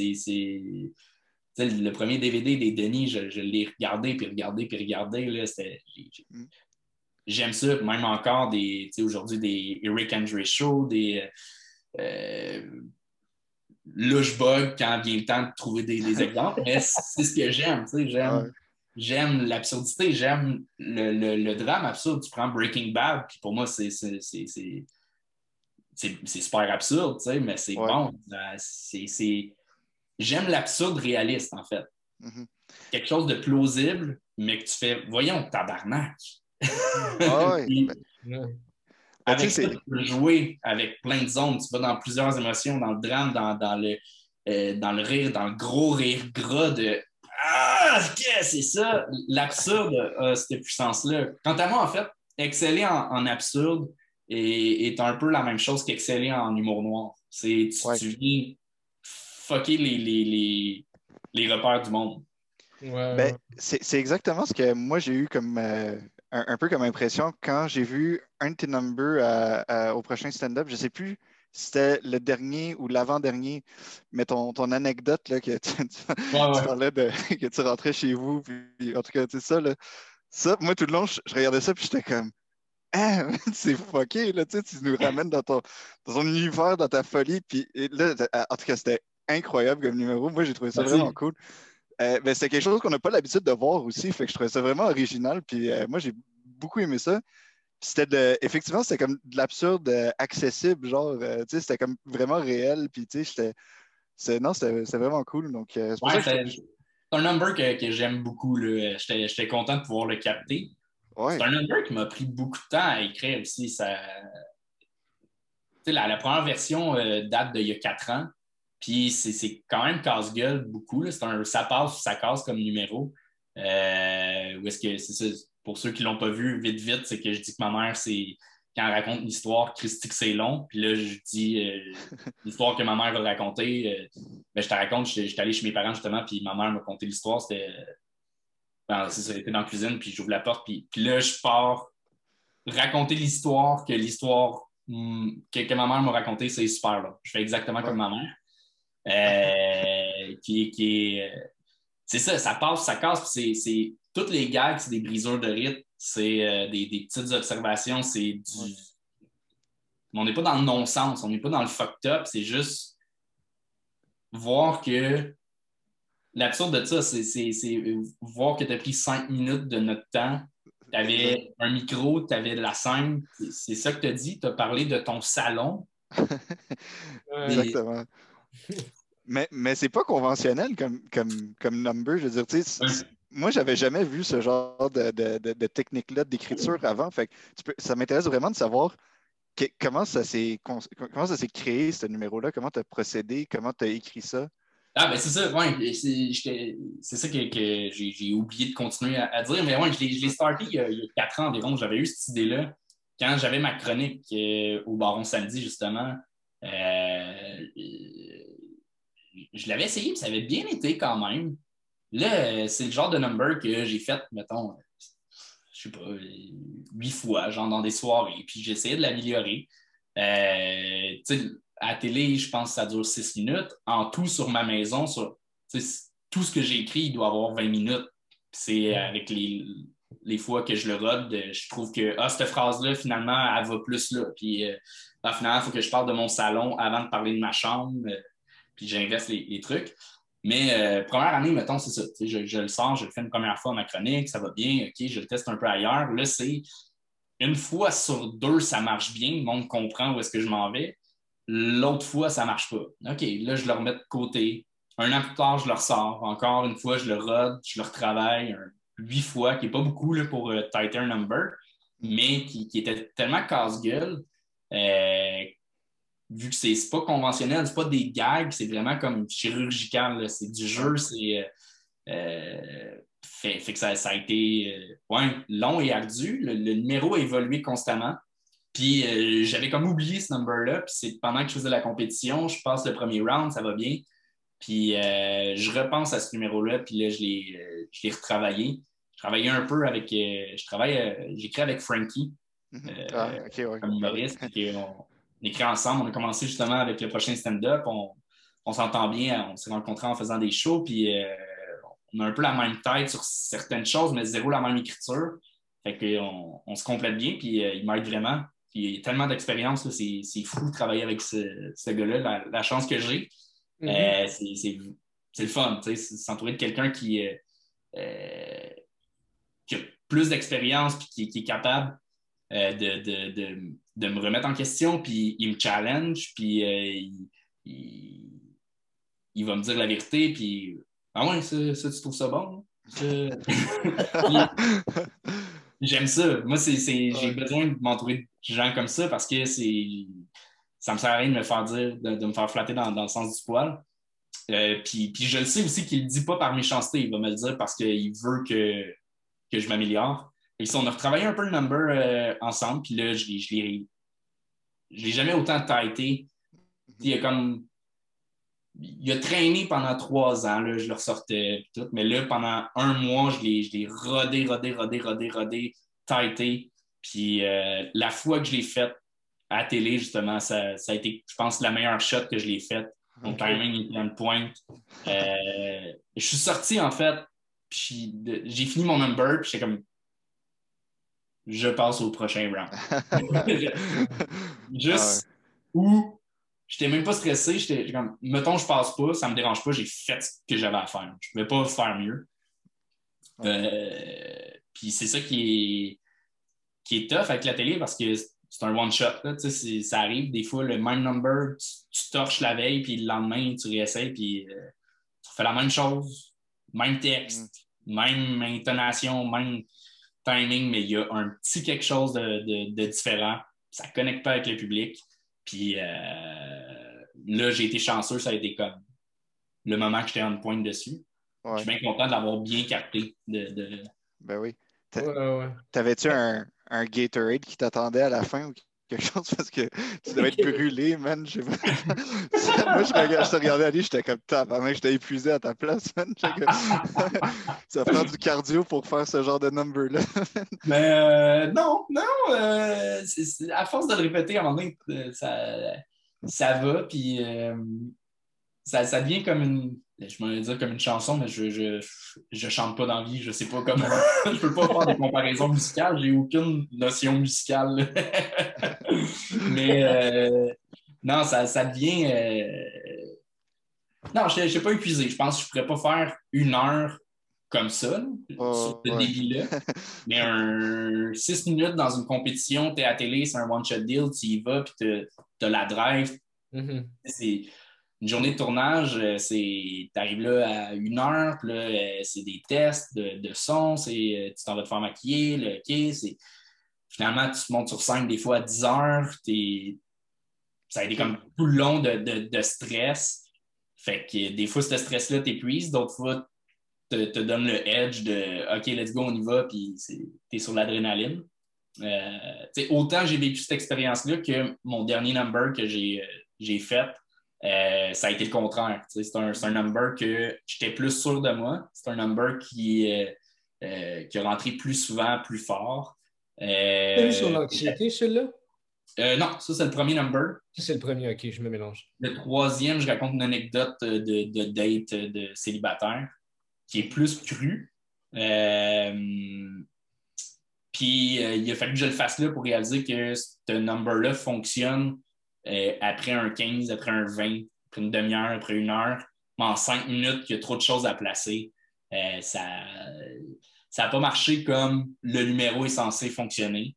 Le premier DVD des Denis, je l'ai regardé, puis regardé, puis regardé. Là, j'aime ça, même encore aujourd'hui des Eric Andre Show, des Lushbug quand vient le temps de trouver des exemples. Mais c'est ce que j'aime. J'aime l'absurdité, j'aime le drame absurde. Tu prends Breaking Bad, puis pour moi, c'est super absurde, mais c'est bon. J'aime l'absurde réaliste, en fait. Mm-hmm. Quelque chose de plausible, mais que tu fais, voyons, tabarnak. Avec ça, tu peux jouer avec plein de zones. Tu vas dans plusieurs émotions, dans le drame, dans le rire, dans le gros rire gras de ah, c'est ça! L'absurde a cette puissance-là. Quant à moi, en fait, exceller en absurde est un peu la même chose qu'exceller en humour noir. Tu viens fucker les repères du monde. Ben, c'est exactement ce que moi j'ai eu comme un peu comme impression quand j'ai vu un de tes numbers au prochain stand-up. Je ne sais plus si c'était le dernier ou l'avant-dernier, mais ton anecdote là, que tu parlais que tu rentrais chez vous, puis en tout cas, tu sais ça, là, ça, moi tout le long, je regardais ça, puis j'étais comme ah, c'est fucké, là, tu nous ramènes dans ton univers, dans ta folie, puis là, en tout cas, c'était incroyable comme numéro. Moi, j'ai trouvé ça vraiment cool. Ben, c'est quelque chose qu'on n'a pas l'habitude de voir aussi, fait que je trouvais ça vraiment original, puis moi j'ai beaucoup aimé ça. Puis effectivement, c'était comme de l'absurde accessible, genre, c'était comme vraiment réel, puis c'était vraiment cool, donc c'est pour ça que c'est un number que j'aime beaucoup, là. J'étais content de pouvoir le capter. Ouais. C'est un number qui m'a pris beaucoup de temps à écrire aussi. La première version date d'il y a 4 ans. Puis c'est quand même casse-gueule beaucoup. Là. Ça passe ou ça casse comme numéro. Où est-ce que c'est ça? Pour ceux qui ne l'ont pas vu, vite, c'est que je dis que ma mère, c'est quand elle raconte une histoire, Christy, que c'est long. Puis là, je dis l'histoire que ma mère va raconter. Je te raconte, j'étais allé chez mes parents justement, puis ma mère m'a conté l'histoire. C'était dans la cuisine, puis j'ouvre la porte, puis là, je pars raconter l'histoire que ma mère m'a racontée, c'est super là. Je fais exactement comme ma mère. C'est ça passe, ça casse, c'est toutes les gags, c'est des briseurs de rythme, c'est des petites observations, c'est du. On n'est pas dans le non-sens, on n'est pas dans le fucked up, c'est juste voir que l'absurde de ça, c'est voir que tu as pris 5 minutes de notre temps. Tu avais un micro, tu avais de la scène. C'est ça que tu as dit. Tu as parlé de ton salon. Exactement. Mais c'est pas conventionnel comme number. Je veux dire, moi, j'avais jamais vu ce genre de technique-là d'écriture avant. Fait que ça m'intéresse vraiment de savoir comment ça s'est créé, ce numéro-là, comment tu as procédé, comment tu as écrit ça. Ah, ben c'est ça, ouais. C'est ça que j'ai oublié de continuer à dire. Mais ouais, je l'ai starté il y a 4 ans environ. J'avais eu cette idée-là quand j'avais ma chronique au Baron Samedi, justement. Je l'avais essayé, mais ça avait bien été quand même. Là, c'est le genre de number que j'ai fait, mettons, sais pas, 8 fois, genre dans des soirées. Puis j'essayais de l'améliorer. Tu sais, à la télé, je pense que ça dure 6 minutes. En tout, sur ma maison, tout ce que j'ai écrit, il doit avoir 20 minutes. Puis c'est avec les fois que je le rode, je trouve que cette phrase-là, finalement, elle va plus là. Puis finalement, il faut que je parle de mon salon avant de parler de ma chambre. Puis j'inverse les trucs. Mais première année, mettons, c'est ça. Je le sors, je le fais une première fois à ma chronique, ça va bien, OK, je le teste un peu ailleurs. Là, c'est une fois sur 2, ça marche bien, le monde comprend où est-ce que je m'en vais. L'autre fois, ça marche pas. OK, là, je le remets de côté. Un an plus tard, je le ressors. Encore une fois, je le rode, je le retravaille 8 fois, qui n'est pas beaucoup là, pour tighter un number, mais qui était tellement casse-gueule. Vu que c'est pas conventionnel, c'est pas des gags, c'est vraiment comme chirurgical. Là. C'est du jeu, fait que ça a été long et ardu. Le numéro a évolué constamment. Puis j'avais comme oublié ce number-là. Puis c'est pendant que je faisais la compétition, je passe le premier round, ça va bien. Puis je repense à ce numéro-là, puis là, je l'ai retravaillé. Je travaillais un peu avec... j'écris avec Frankie, comme humoriste. On écrit ensemble. On a commencé justement avec le prochain stand-up. On s'entend bien. On s'est rencontrés en faisant des shows. Puis on a un peu la même tête sur certaines choses, mais zéro la même écriture. Fait qu'on se complète bien. Puis il m'aide vraiment. Puis il y a tellement d'expérience. C'est fou de travailler avec ce gars-là. La chance que j'ai, c'est le fun. S'entourer de quelqu'un qui a plus d'expérience et qui est capable de me remettre en question, puis il me challenge, puis il va me dire la vérité, puis ah ouais, ça tu trouves ça bon? J'aime ça. Moi, j'ai besoin de m'entourer de gens comme ça parce que ça me sert à rien de me faire dire, de me faire flatter dans le sens du poil. Puis je le sais aussi qu'il ne le dit pas par méchanceté, il va me le dire parce qu'il veut que je m'améliore. Et on a retravaillé un peu le number ensemble, puis là, je l'ai jamais autant tighté. Il a traîné pendant 3 ans, là, je le ressortais, tout, mais là, pendant 1 mois, je l'ai rodé, tighté. Puis la fois que je l'ai fait à la télé, justement, ça a été, je pense, la meilleure shot que je l'ai faite. Mon timing était en pointe. Je suis sorti, en fait, puis j'ai fini mon number, puis j'étais comme je passe au prochain round. Juste où j'étais même pas stressé, j'étais comme mettons je passe pas, ça me dérange pas, j'ai fait ce que j'avais à faire. Je pouvais pas faire mieux. Puis c'est ça qui est tough avec la télé parce que c'est un one-shot. Là, ça arrive des fois, le même number, tu torches la veille, puis le lendemain, tu réessayes, puis tu fais la même chose, même texte, même intonation, même timing, mais il y a un petit quelque chose de différent. Ça ne connecte pas avec le public. Puis là, j'ai été chanceux, ça a été comme le moment que j'étais en pointe dessus. Ouais. Je suis bien content de l'avoir bien capté. Ben oui. T'avais-tu un Gatorade qui t'attendait à la fin ou quelque chose parce que tu devais être brûlé, man? Je sais pas. Moi, je te regardais aller, j'étais comme tabarnak, j'étais épuisé à ta place, man. Ça prend du cardio pour faire ce genre de number-là. Mais non. À force de le répéter, à un moment donné, ça va, puis ça devient comme une. Je m'en vais dire comme une chanson, mais je chante pas dans la vie, je sais pas comment. Je peux pas faire des comparaisons musicales, j'ai aucune notion musicale. Mais non, ça devient. Non, je n'ai pas épuisé. Je pense que je pourrais pas faire 1 heure comme ça, sur ce débit-là. Mais 6 minutes dans une compétition, tu es à la télé, c'est un one-shot deal, tu y vas, puis tu as la drive. C'est une journée de tournage, tu arrives là à 1 heure, puis là, c'est des tests de son, tu t'en vas te faire maquiller, finalement, tu te montes sur scène des fois à 10 heures, ça a été comme tout le long de stress. Fait que des fois, ce stress-là t'épuise, d'autres fois, te donne le edge de OK, let's go, on y va, puis t'es sur l'adrénaline. Autant j'ai vécu cette expérience-là que mon dernier number que j'ai fait, ça a été le contraire. C'est un number que j'étais plus sûr de moi. C'est un number qui qui a rentré plus souvent, plus fort. T'as vu sur l'anxiété, celui-là? Non, ça, c'est le premier number. Ça, c'est le premier, OK, je me mélange. Le troisième, je raconte une anecdote de date de célibataire qui est plus crue. Puis, il a fallu que je le fasse là pour réaliser que ce number-là fonctionne après un 15, après un 20, après une demi-heure, après une heure. Mais en 5 minutes, il y a trop de choses à placer. Ça n'a pas marché comme le numéro est censé fonctionner.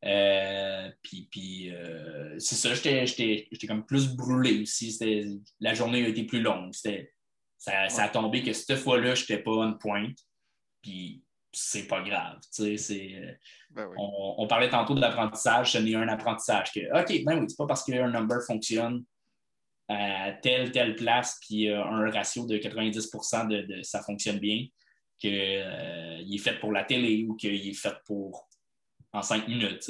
Puis c'est ça, j'étais comme plus brûlé aussi. La journée a été plus longue. Ça a tombé que cette fois-là, je n'étais pas on point. Puis c'est pas grave. Ben oui. On parlait tantôt de l'apprentissage, ce n'est un apprentissage que, OK, ben oui, c'est pas parce qu'un number fonctionne à telle place puis un ratio de 90% de ça fonctionne bien qu'il est fait pour la télé ou qu'il est fait pour en 5 minutes.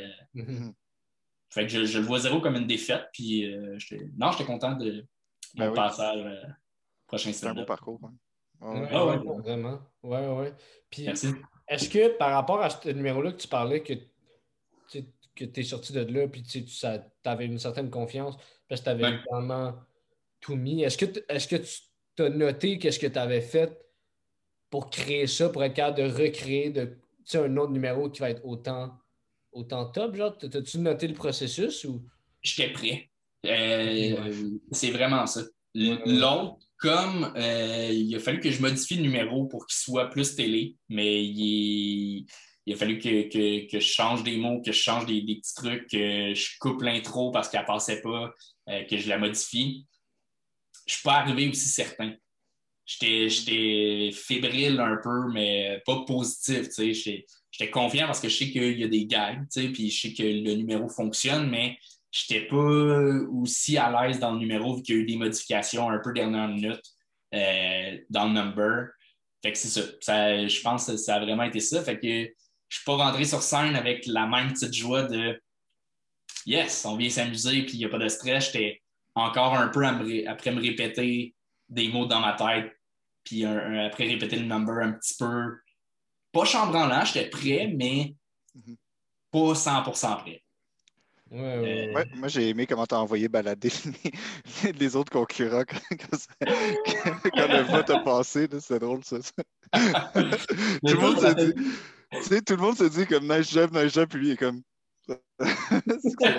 Fait que je le vois zéro comme une défaite. Puis j'étais content de mon passage prochain c'est un beau parcours. Hein. Ouais, vraiment. Ouais. Puis, merci. Est-ce que par rapport à ce numéro-là que tu parlais, que tu es sorti de là, puis tu avais une certaine confiance, parce que tu avais vraiment tout mis, est-ce que tu t'as noté qu'est-ce que tu avais fait pour créer ça, pour être capable de recréer un autre numéro qui va être autant top? Genre, t'as-tu noté le processus ou? J'étais prêt. C'est vraiment ça. L'autre, comme il a fallu que je modifie le numéro pour qu'il soit plus télé, mais il a fallu que je change des mots, que je change des petits trucs, que je coupe l'intro parce qu'elle ne passait pas, que je la modifie. Je ne suis pas arrivé aussi certain. J'étais fébrile un peu, mais pas positif. J'étais confiant parce que je sais qu'il y a des gags, puis je sais que le numéro fonctionne, mais je n'étais pas aussi à l'aise dans le numéro vu qu'il y a eu des modifications un peu dernière minute dans le number. Fait que c'est ça. Je pense que ça a vraiment été ça. Fait que je ne suis pas rentré sur scène avec la même petite joie de yes, on vient s'amuser puis il n'y a pas de stress. J'étais encore un peu après me répéter des mots dans ma tête puis après répéter le number un petit peu. Pas chambranlant, j'étais prêt, mais pas 100% prêt. Ouais, moi, j'ai aimé comment tu as envoyé balader les autres concurrents quand le vote a passé. C'est drôle, ça. Tout le monde se dit... Tu sais, tout le monde se dit comme nice job, puis lui il est comme... Je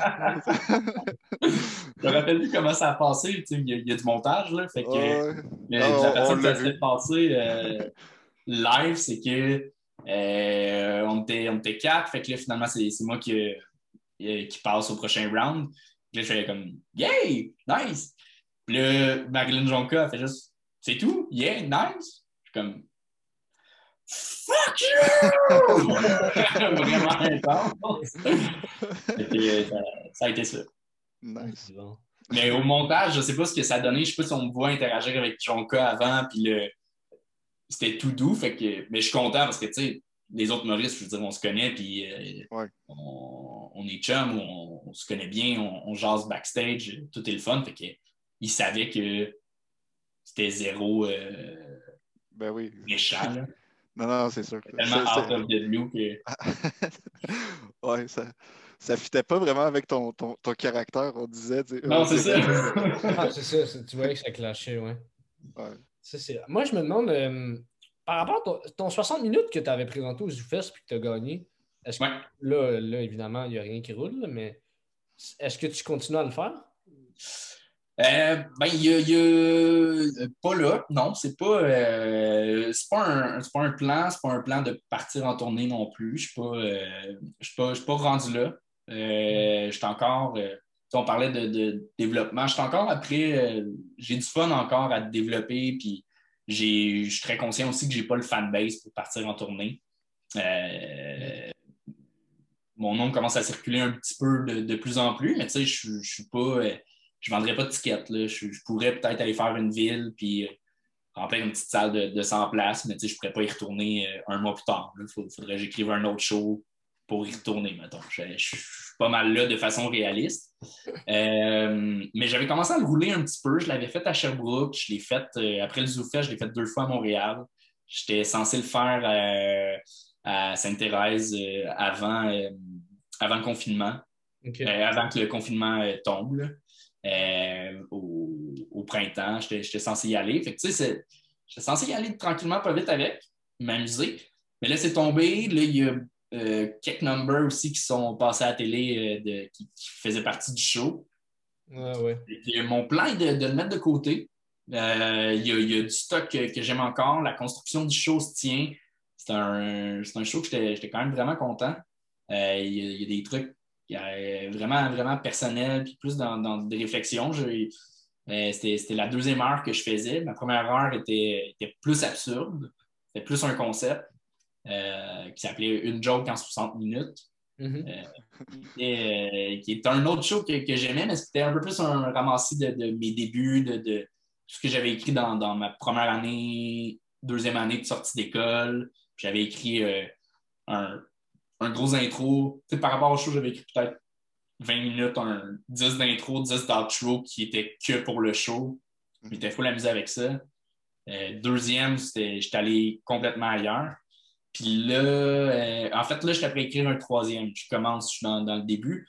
me rappelle plus comment ça a passé. Il y a du montage, là. Fait que la façon que ça s'est passé live, c'est que on était 4. Fait que là, finalement, c'est moi qui passe au prochain round. Puis là, je fais comme yay, nice. Puis là, Marilyn Jonca a fait juste c'est tout, yeah, nice. Je suis comme fuck you! Vraiment intense. Ça a été ça. Nice. Mais au montage, je sais pas ce que ça a donné. Je sais pas si on me voit interagir avec Jonca avant, puis c'était tout doux. Fait que... Mais je suis content parce que, tu sais, les autres Maurice, je veux dire, on se connaît, puis on est chum, on se connaît bien, on jase backstage, tout est le fun. Fait qu'ils savaient que c'était zéro méchant. Là. Non, c'est sûr. Tellement out of the blue que... ouais, ça fitait pas vraiment avec ton caractère, on disait. Non, c'est ça. C'est ça, tu vois que ça clashait, ouais. Moi, je me demande, par rapport à ton 60 minutes que tu avais présenté aux ZooFest puis que tu as gagné, est-ce que là, évidemment, il n'y a rien qui roule, mais est-ce que tu continues à le faire? Il y a pas là, non, c'est pas un plan, c'est pas un plan de partir en tournée non plus. Je suis pas rendu là. Je suis encore. On parlait de développement. Je suis encore après. J'ai du fun encore à développer. Puis je suis très conscient aussi que j'ai pas le fanbase pour partir en tournée. Mon nom commence à circuler un petit peu de plus en plus, mais tu sais, je suis pas. Je ne vendrais pas de tickets. Là. Je pourrais peut-être aller faire une ville puis remplir une petite salle de 100 places, mais je ne pourrais pas y retourner un mois plus tard. Il faudrait que j'écrive un autre show pour y retourner, mettons. Je suis pas mal là de façon réaliste. Mais j'avais commencé à le rouler un petit peu. Je l'avais fait à Sherbrooke. Je l'ai fait après le ZooFest, je l'ai fait 2 fois à Montréal. J'étais censé le faire à Sainte-Thérèse avant le confinement, avant que le confinement tombe, là, au printemps. J'étais censé y aller. Fait que, tu sais, j'étais censé y aller tranquillement, pas vite avec, m'amuser. Mais là, c'est tombé. Là, il y a quelques numbers aussi qui sont passés à la télé qui faisaient partie du show. Ouais. Et mon plan est de le mettre de côté. Il y a du stock que j'aime encore. La construction du show se tient. C'est un show que j'étais quand même vraiment content. Il y a des trucs vraiment, vraiment personnels, puis plus dans des réflexions. C'était la deuxième heure que je faisais. Ma première heure était plus absurde. C'était plus un concept qui s'appelait Une joke en 60 minutes. Qui est un autre show que j'aimais, mais c'était un peu plus un ramassis de mes débuts, de tout ce que j'avais écrit dans ma première année, deuxième année de sortie d'école. J'avais écrit un gros intro. Tu sais, par rapport au show, j'avais écrit peut-être 20 minutes, 10 d'intro, 10 d'outro qui était que pour le show. Je m'étais full amusé avec ça. Deuxième, j'étais allé complètement ailleurs. Puis là, en fait, là, je suis après écrire un troisième. Je suis dans le début.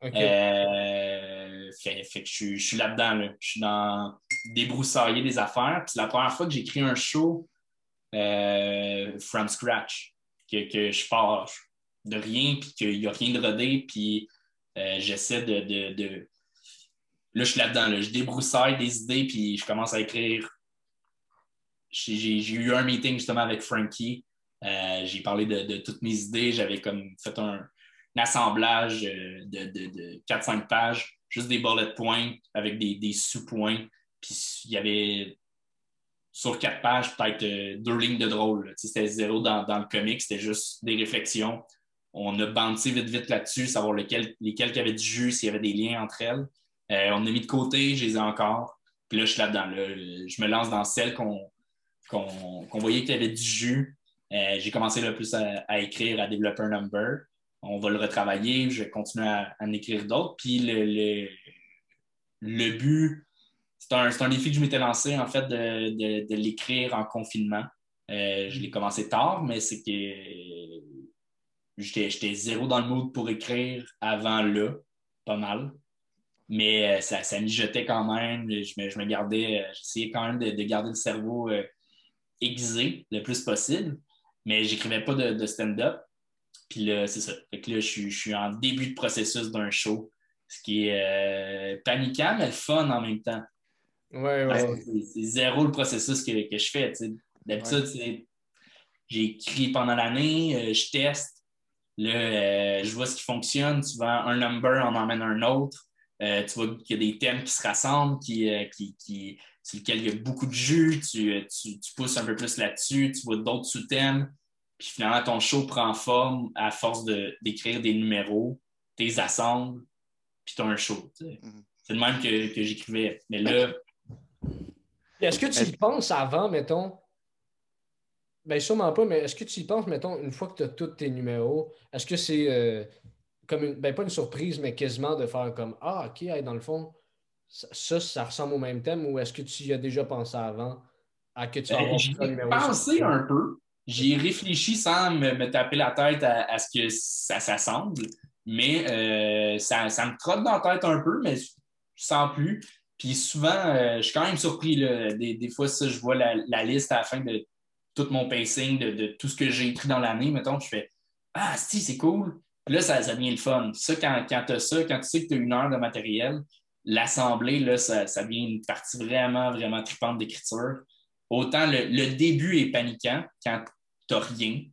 Fait que je suis là-dedans. Là. Je suis dans débroussailler des affaires. Puis c'est la première fois que j'écris un show from scratch. Que je pars de rien, puis qu'il n'y a rien de rodé, puis j'essaie de... Là, je suis là-dedans. Là. Je débroussaille des idées, puis je commence à écrire. J'ai eu un meeting justement avec Frankie. J'ai parlé de toutes mes idées. J'avais comme fait un assemblage de 4-5 pages, juste des bullet points avec des sous-points. Puis il y avait sur 4 pages peut-être 2 lignes de drôle. C'était zéro dans le comic, c'était juste des réflexions. On a bandé vite là-dessus, savoir lesquelles qui avaient du jus, s'il y avait des liens entre elles. On a mis de côté, je les ai encore. Puis là, je suis là-dedans. Là. Je me lance dans celles qu'on voyait qu'il y avait du jus. J'ai commencé le plus à écrire, à développer un number. On va le retravailler, je vais continuer à en écrire d'autres. Puis le but, c'est un défi que je m'étais lancé, en fait, de l'écrire en confinement. Je l'ai commencé tard, mais c'est que j'étais zéro dans le mood pour écrire avant là, pas mal. Mais ça mijotait quand même. Je me gardais, j'essayais quand même de garder le cerveau aiguisé le plus possible, mais j'écrivais pas de stand-up. Puis là, c'est ça. Fait que là, je suis en début de processus d'un show, ce qui est paniquant, mais le fun en même temps. Ouais. C'est zéro le processus que je fais. T'sais. D'habitude, j'ai écrit pendant l'année, je teste. Là, je vois ce qui fonctionne. Tu vends un number, on emmène un autre. Tu vois qu'il y a des thèmes qui se rassemblent, sur lesquels il y a beaucoup de jus. Tu pousses un peu plus là-dessus. Tu vois d'autres sous-thèmes. Puis finalement, ton show prend forme à force d'écrire des numéros, t'es assembles, puis tu as un show. C'est le même que j'écrivais. Mais là... Est-ce que tu y penses avant, mettons? Bien, sûrement pas, mais est-ce que tu y penses, mettons, une fois que tu as tous tes numéros, est-ce que c'est comme pas une surprise, mais quasiment de faire comme ah, OK, hey, dans le fond, ça ressemble au même thème, ou est-ce que tu y as déjà pensé avant à que tu vas avoir J'y plusieurs ai numéros? pensé un peu. J'y ai réfléchi sans me taper la tête à ce que ça s'assemble, mais ça me trotte dans la tête un peu, mais sans plus. Puis souvent, je suis quand même surpris. Là. Des fois, ça, je vois la liste à la fin de tout mon pacing, de tout ce que j'ai écrit dans l'année. Mettons, je fais ah, si, c'est cool. Puis là, ça devient le fun. Ça, quand tu as ça, quand tu sais que tu as 1 heure de matériel, l'assembler, là, ça devient une partie vraiment, vraiment trippante d'écriture. Autant le début est paniquant quand tu n'as rien.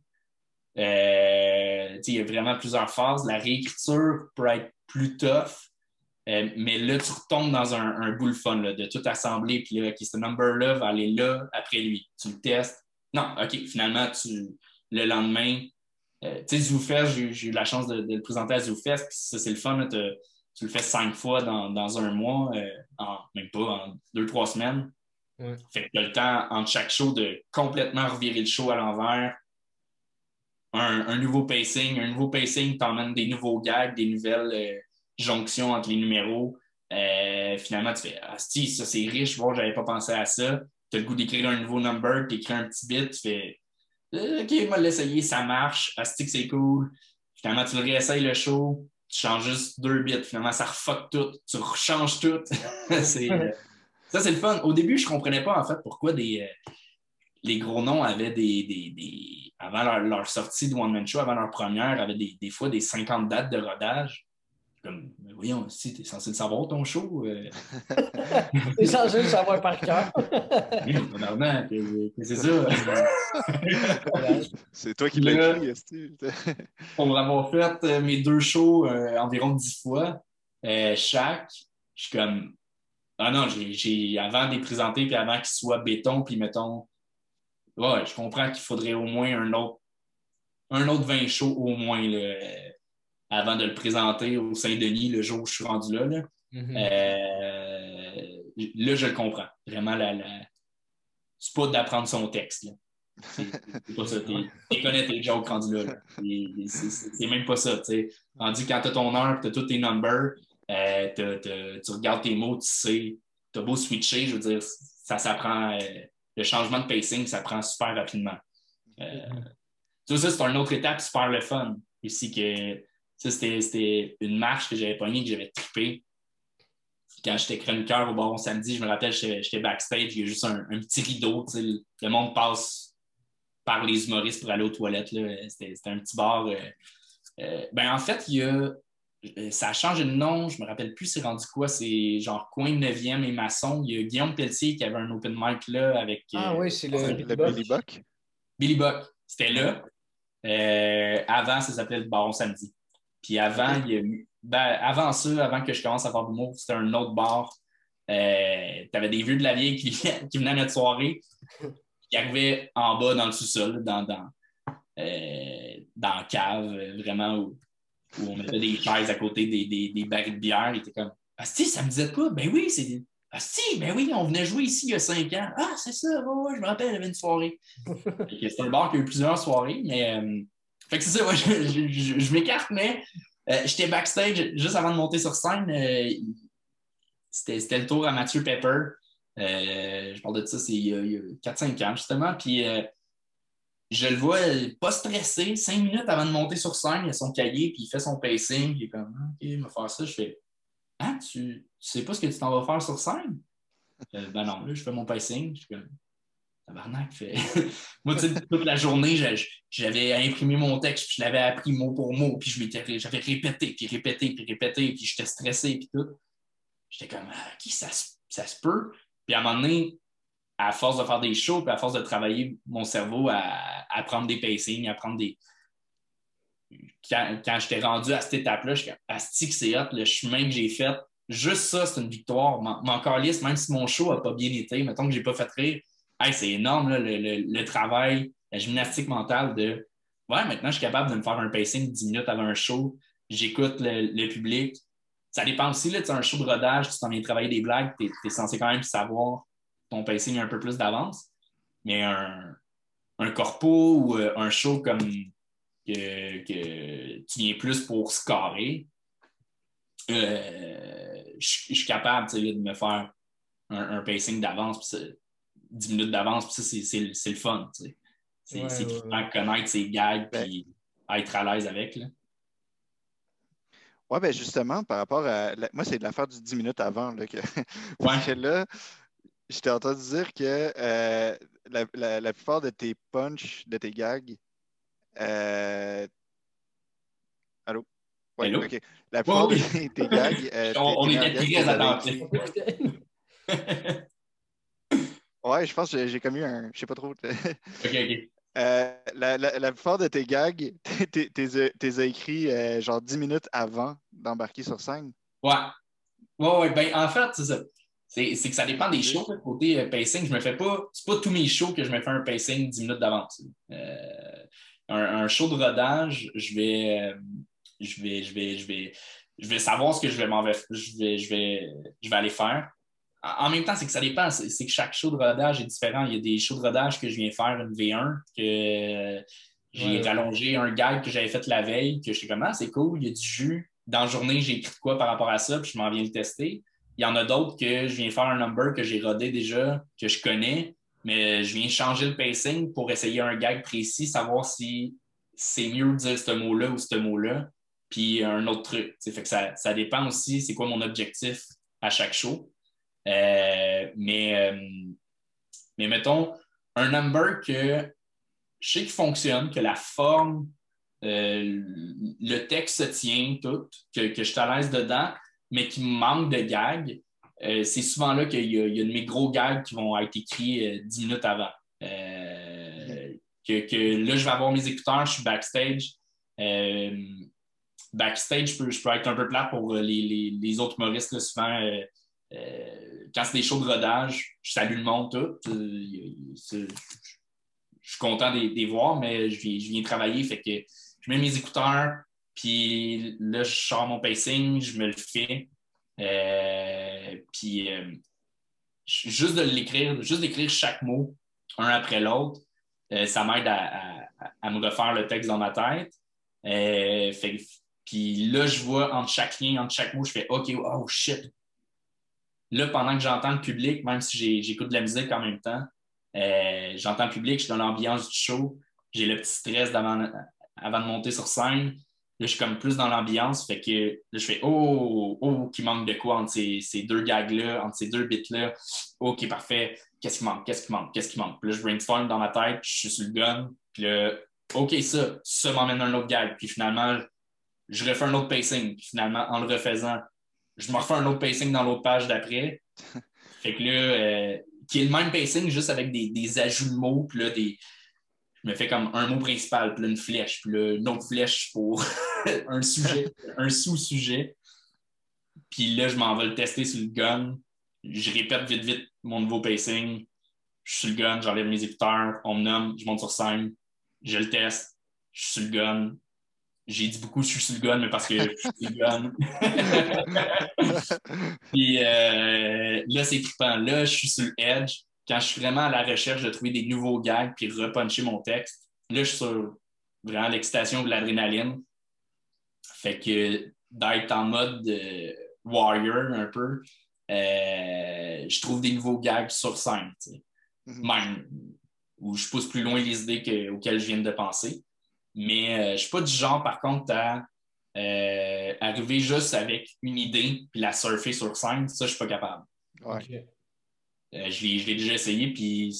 Il y a vraiment plusieurs phases. La réécriture peut être plus tough, mais là, tu retombes dans un bout le fun là, de tout assembler. Puis là, OK, ce number-là va aller là après lui. Tu le testes. Non, OK, finalement, le lendemain, tu sais, ZooFest, j'ai eu la chance de le présenter à ZooFest. Puis ça, c'est le fun. Là, tu le fais 5 fois dans un mois, même pas, en 2-3 semaines. Ouais. Fait que tu as le temps entre chaque show de complètement revirer le show à l'envers. Un nouveau pacing, t'emmènes des nouveaux gags, des nouvelles jonctions entre les numéros. Finalement, tu fais si, ça c'est riche, bon, j'avais pas pensé à ça. Tu as le goût d'écrire un nouveau number, tu écris un petit bit, tu fais OK, moi, l'essayer, ça marche. Asti que c'est cool. Finalement, tu le réessayes le show, tu changes juste 2 bits. Finalement, ça refuck tout. Tu rechanges tout. Ça, c'est le fun. Au début, je ne comprenais pas, en fait, pourquoi les gros noms avaient avant leur sortie de One Man Show, avant leur première, avaient des fois des 50 dates de rodage. Comme, mais voyons, si tu es censé le savoir, ton show. T'es censé le savoir par cœur. C'est ça. C'est toi qui l'as écrit, Esti. Pour avoir fait mes 2 shows environ 10 fois, chaque, je suis comme. Ah non, avant de les présenter, puis avant qu'ils soient béton, puis mettons. Ouais, je comprends qu'il faudrait au moins un autre 20 shows au moins là, avant de le présenter au Saint-Denis le jour où je suis rendu là. Là, là je le comprends. Vraiment, c'est pas d'apprendre son texte. Là. C'est pas ça. Tu connais tes jokes rendus là. C'est même pas ça. T'sais. Rendu quand tu as ton heure, tu as tous tes numbers, tu regardes tes mots, tu sais, tu as beau switcher, je veux dire, ça s'apprend. Le changement de pacing, ça prend super rapidement. Ça, c'est une autre étape super le fun. Ici, que ça, c'était une marche que j'avais pognée, que j'avais trippé. Quand j'étais chroniqueur au Baron Samedi, je me rappelle, j'étais backstage, il y a juste un petit rideau. Le monde passe par les humoristes pour aller aux toilettes. Là. C'était un petit bar. En fait, ça a changé de nom, je me rappelle plus c'est rendu quoi, c'est genre Coin 9e et Masson. Il y a Guillaume Pelletier qui avait un open mic là avec... oui, c'est le Billy Buck. Billy Buck, c'était là. Avant, ça s'appelait le Baron Samedi. Puis avant, avant ça, avant que je commence à faire de l'humour, c'était un autre bar. T'avais des vieux de la vieille qui venaient à notre soirée, qui arrivaient en bas dans le sous-sol, dans la cave, vraiment, où on mettait des chaises à côté des barils de bière. Ils étaient comme « Asti, ça me disait pas? Ben oui, c'est... Asti, ben oui, on venait jouer ici il y a 5 ans. Ah, c'est ça, ouais, je me rappelle, il y avait une soirée. » C'est un bar qui a eu plusieurs soirées, mais... Fait que c'est ça, moi, je m'écarte, mais j'étais backstage juste avant de monter sur scène. C'était le tour à Mathieu Pepper. Je parle de ça, c'est il y a 4-5 ans, justement. Puis je le vois pas stressé, 5 minutes avant de monter sur scène, il a son cahier, puis il fait son pacing. Il est comme, OK, il va faire ça. Je fais, ah, tu sais pas ce que tu t'en vas faire sur scène? Ben non, là, je fais mon pacing. Je suis comme, tabarnak, fait. Moi, tu sais, toute la journée, j'avais imprimé mon texte, puis je l'avais appris mot pour mot, puis j'avais répété, puis j'étais stressé, puis tout. J'étais comme, OK, ça se peut. Puis à un moment donné, à force de faire des shows, puis à force de travailler mon cerveau à prendre des pacings, à prendre des. Quand j'étais rendu à cette étape-là, je suis comme, asti que c'est hot, le chemin que j'ai fait. Juste ça, c'est une victoire. Mon calisse, même si mon show n'a pas bien été, mettons que je n'ai pas fait rire, hey, c'est énorme, là, le travail, la gymnastique mentale de ouais, maintenant je suis capable de me faire un pacing 10 minutes avant un show, j'écoute le public. Ça dépend aussi, là, tu as un show de rodage, tu t'en viens travailler des blagues, tu es censé quand même savoir ton pacing un peu plus d'avance. Mais un corpo ou un show comme que tu viens plus pour scorer, je suis capable de me faire un pacing d'avance, 10 minutes d'avance, puis ça, c'est le fun. C'est de connaître ses gags et être à l'aise avec. Là. Oui, ben justement, par rapport à. Moi, c'est de l'affaire du 10 minutes avant. Là, parce que là, je t'ai entendu dire que la plupart de tes punchs, de tes gags. Allô? Oui, Hello? OK. La plupart de tes gags. On était très attentifs. Ouais, je pense que j'ai commis un. Je sais pas trop. OK. La plupart de tes gags, t'es écrits genre 10 minutes avant d'embarquer sur scène. Ouais. Ben, en fait, c'est ça. C'est que ça dépend des shows. Côté pacing, je me fais pas. C'est pas tous mes shows que je me fais un pacing 10 minutes d'avance. Un show de rodage, je vais savoir ce que je vais aller faire. En même temps, c'est que ça dépend. C'est que chaque show de rodage est différent. Il y a des shows de rodage que je viens faire une V1, que j'ai rallongé un gag que j'avais fait la veille, que je suis comme, ah, c'est cool, il y a du jus. Dans la journée, j'ai écrit de quoi par rapport à ça, puis je m'en viens le tester. Il y en a d'autres que je viens faire un number que j'ai rodé déjà, que je connais, mais je viens changer le pacing pour essayer un gag précis, savoir si c'est mieux de dire ce mot-là ou ce mot-là, puis un autre truc. Fait que ça dépend aussi c'est quoi mon objectif à chaque show. Mais mettons, un number que je sais qu'il fonctionne, que la forme, le texte se tient tout, que je suis à l'aise dedans, mais qu'il me manque de gags, c'est souvent là qu'il y a de mes gros gags qui vont être écrits 10 minutes avant. Que là, je vais avoir mes écouteurs, je suis backstage. Backstage, je peux être un peu plate pour les autres humoristes, là, souvent. Quand c'est des shows de rodage, je salue le monde tout. Je suis content de les voir, mais je viens travailler. Fait que je mets mes écouteurs, puis là, je sors mon pacing, je me le fais. Puis juste de l'écrire, juste d'écrire chaque mot un après l'autre, ça m'aide à me refaire le texte dans ma tête. Puis là, je vois entre chaque ligne, entre chaque mot, je fais OK, oh shit. Là, pendant que j'entends le public, même si j'écoute de la musique en même temps, j'entends le public, je suis dans l'ambiance du show, j'ai le petit stress avant de monter sur scène. Là, je suis comme plus dans l'ambiance, fait que là, je fais oh, qu'il manque de quoi entre ces deux gags-là, entre ces deux bits-là. OK, parfait. Qu'est-ce qui manque? Puis là, je brainstorm dans ma tête, je suis sur le gun, puis là, OK, ça m'emmène un autre gag. Puis finalement, je refais un autre pacing. Puis finalement, en le refaisant, je me refais un autre pacing dans l'autre page d'après. Fait que là, qui est le même pacing, juste avec des ajouts de mots, puis là, je me fais comme un mot principal, puis là, une flèche, puis là, une autre flèche pour un sujet, un sous-sujet. Puis là, je m'en vais le tester sur le gun. Je répète vite mon nouveau pacing. Je suis sur le gun, j'enlève mes écouteurs, on me nomme, je monte sur scène, je le teste, je suis sur le gun. J'ai dit beaucoup je suis sur le gun, mais parce que je suis sur le gun. Puis là, c'est trippant. Là, je suis sur le edge. Quand je suis vraiment à la recherche de trouver des nouveaux gags puis repuncher mon texte, là, je suis sur vraiment l'excitation de l'adrénaline. Fait que d'être en mode warrior un peu, je trouve des nouveaux gags sur scène. Même où je pousse plus loin les idées auxquelles je viens de penser. Mais je ne suis pas du genre, par contre, à arriver juste avec une idée puis la surfer sur scène. Ça, je ne suis pas capable. Ouais. Okay. Je l'ai déjà essayé, puis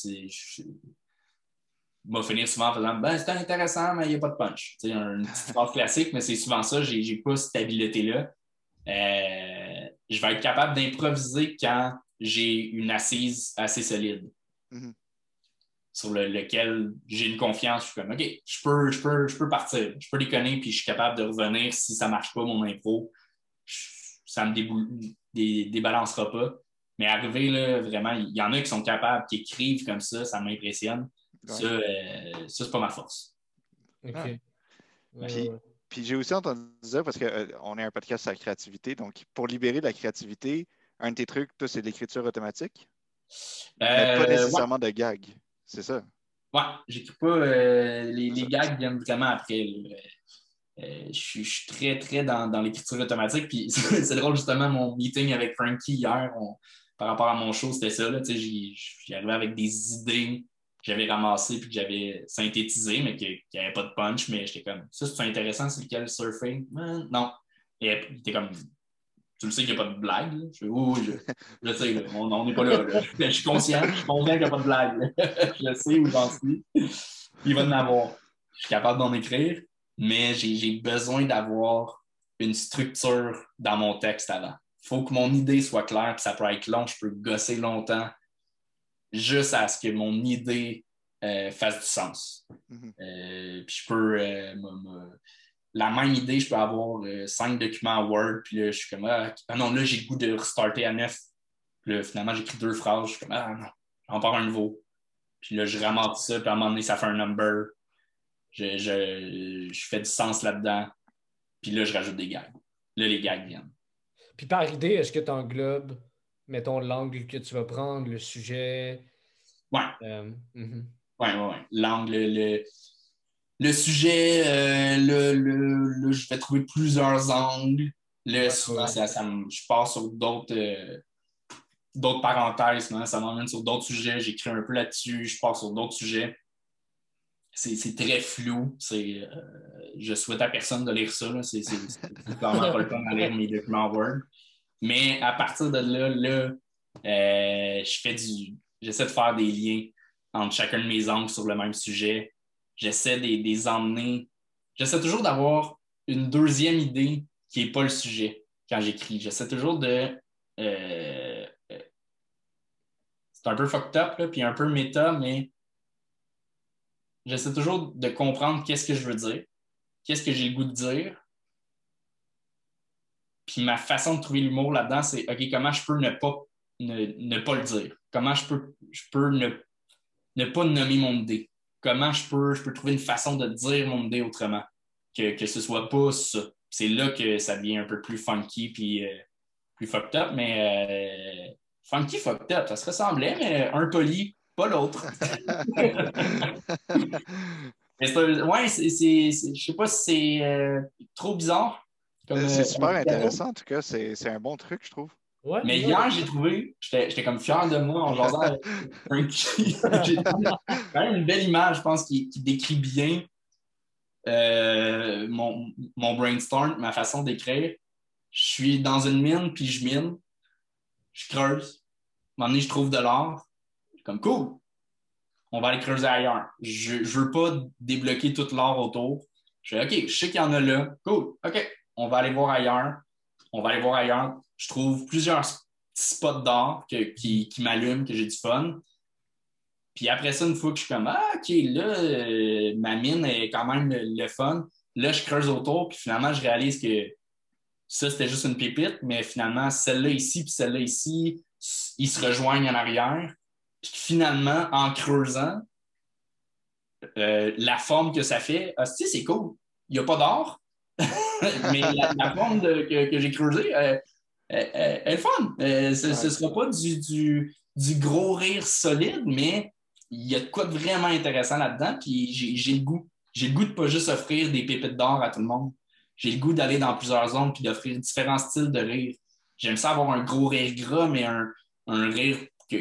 va finir souvent en faisant c'était intéressant, mais il n'y a pas de punch. Une petite phrase classique, mais c'est souvent ça. Je n'ai pas cette habileté-là. Je vais être capable d'improviser quand j'ai une assise assez solide. Mm-hmm. Sur lequel j'ai une confiance. Je suis comme, OK, je peux partir. Je peux déconner, puis je suis capable de revenir si ça ne marche pas, mon impro. Ça ne me débalancera pas. Mais arriver, là, vraiment, il y en a qui sont capables, qui écrivent comme ça m'impressionne. Ouais. Ça, c'est pas ma force. OK. Ah. Puis j'ai aussi entendu dire, parce qu'on est un podcast sur la créativité, donc pour libérer la créativité, un de tes trucs, toi, c'est l'écriture automatique? Mais pas nécessairement de gag. C'est ça? Ouais, j'écris pas. Les gags viennent vraiment après. Je suis très, très dans l'écriture automatique. Puis c'est drôle, justement, mon meeting avec Frankie hier, par rapport à mon show, c'était ça. J'y arrivais avec des idées que j'avais ramassées puis que j'avais synthétisées, mais qui n'avaient pas de punch. Mais j'étais comme, ça, c'est intéressant, c'est lequel surfing? Non. Et il était comme, tu le sais qu'il n'y a pas de blague. Là. Je fais, oui, je sais, là, on n'est pas là. Je suis conscient qu'il n'y a pas de blague. Je sais où j'en suis. Il va en avoir. Je suis capable d'en écrire, mais j'ai besoin d'avoir une structure dans mon texte avant. Il faut que mon idée soit claire, puis ça peut être long, je peux gosser longtemps, juste à ce que mon idée fasse du sens. Mm-hmm. Puis je peux... la même idée, je peux avoir 5 documents Word, puis là, je suis comme, ah non, là, j'ai le goût de restarter à 9. Puis là, finalement, j'écris 2 phrases, je suis comme, ah non, j'en pars un nouveau. Puis là, je ramasse ça, puis à un moment donné, ça fait un number. Je fais du sens là-dedans. Puis là, je rajoute des gags. Là, les gags viennent. Puis par idée, est-ce que tu englobes, mettons, l'angle que tu vas prendre, le sujet? Ouais. Mm-hmm. Ouais. L'angle, le sujet, je vais trouver plusieurs angles. Là, souvent, je pars sur d'autres d'autres parenthèses, hein, ça m'emmène sur d'autres sujets, j'écris un peu là-dessus, je pars sur d'autres sujets. C'est très flou. Je souhaite à personne de lire ça. C'est clairement pas le temps de lire mes documents Word. Mais à partir de là, j'essaie de faire des liens entre chacun de mes angles sur le même sujet. J'essaie de les emmener. J'essaie toujours d'avoir une deuxième idée qui n'est pas le sujet quand j'écris. J'essaie toujours de... c'est un peu fucked up, là, puis un peu méta, mais j'essaie toujours de comprendre qu'est-ce que je veux dire, qu'est-ce que j'ai le goût de dire. Puis ma façon de trouver l'humour là-dedans, c'est OK, comment je peux ne pas le dire? Comment je peux ne pas nommer mon idée? Comment je peux trouver une façon de dire mon idée autrement? Que ce soit pas ça. C'est là que ça devient un peu plus funky puis plus fucked up, mais funky fucked up, ça se ressemblait, mais un poli, pas l'autre. Mais je sais pas si c'est trop bizarre. C'est super intéressant, en tout cas. C'est un bon truc, je trouve. Ouais, mais hier, j'ai trouvé, j'étais comme fier de moi en jasant avec Frankie. J'ai trouvé quand même une belle image, je pense, qui décrit bien mon brainstorm, ma façon d'écrire. Je suis dans une mine, puis je mine. Je creuse. À un moment donné, je trouve de l'or. Je suis comme cool. On va aller creuser ailleurs. Je veux pas débloquer tout l'or autour. Je fais OK, je sais qu'il y en a là. Cool. OK, on va aller voir ailleurs. On va aller voir ailleurs. Je trouve plusieurs petits spots d'or qui m'allument, que j'ai du fun. Puis après ça, une fois que je suis comme OK, là, ma mine est quand même le fun. Là, je creuse autour, puis finalement, je réalise que ça, c'était juste une pépite, mais finalement, celle-là ici, puis celle-là ici, ils se rejoignent en arrière. Puis finalement, en creusant, la forme que ça fait, c'est cool. Il n'y a pas d'or, mais la forme que j'ai creusée, elle est fun. Ce ne sera pas du gros rire solide, mais il y a de quoi de vraiment intéressant là-dedans. Puis j'ai le goût. J'ai le goût de ne pas juste offrir des pépites d'or à tout le monde. J'ai le goût d'aller dans plusieurs zones puis d'offrir différents styles de rire. J'aime ça avoir un gros rire gras, mais un rire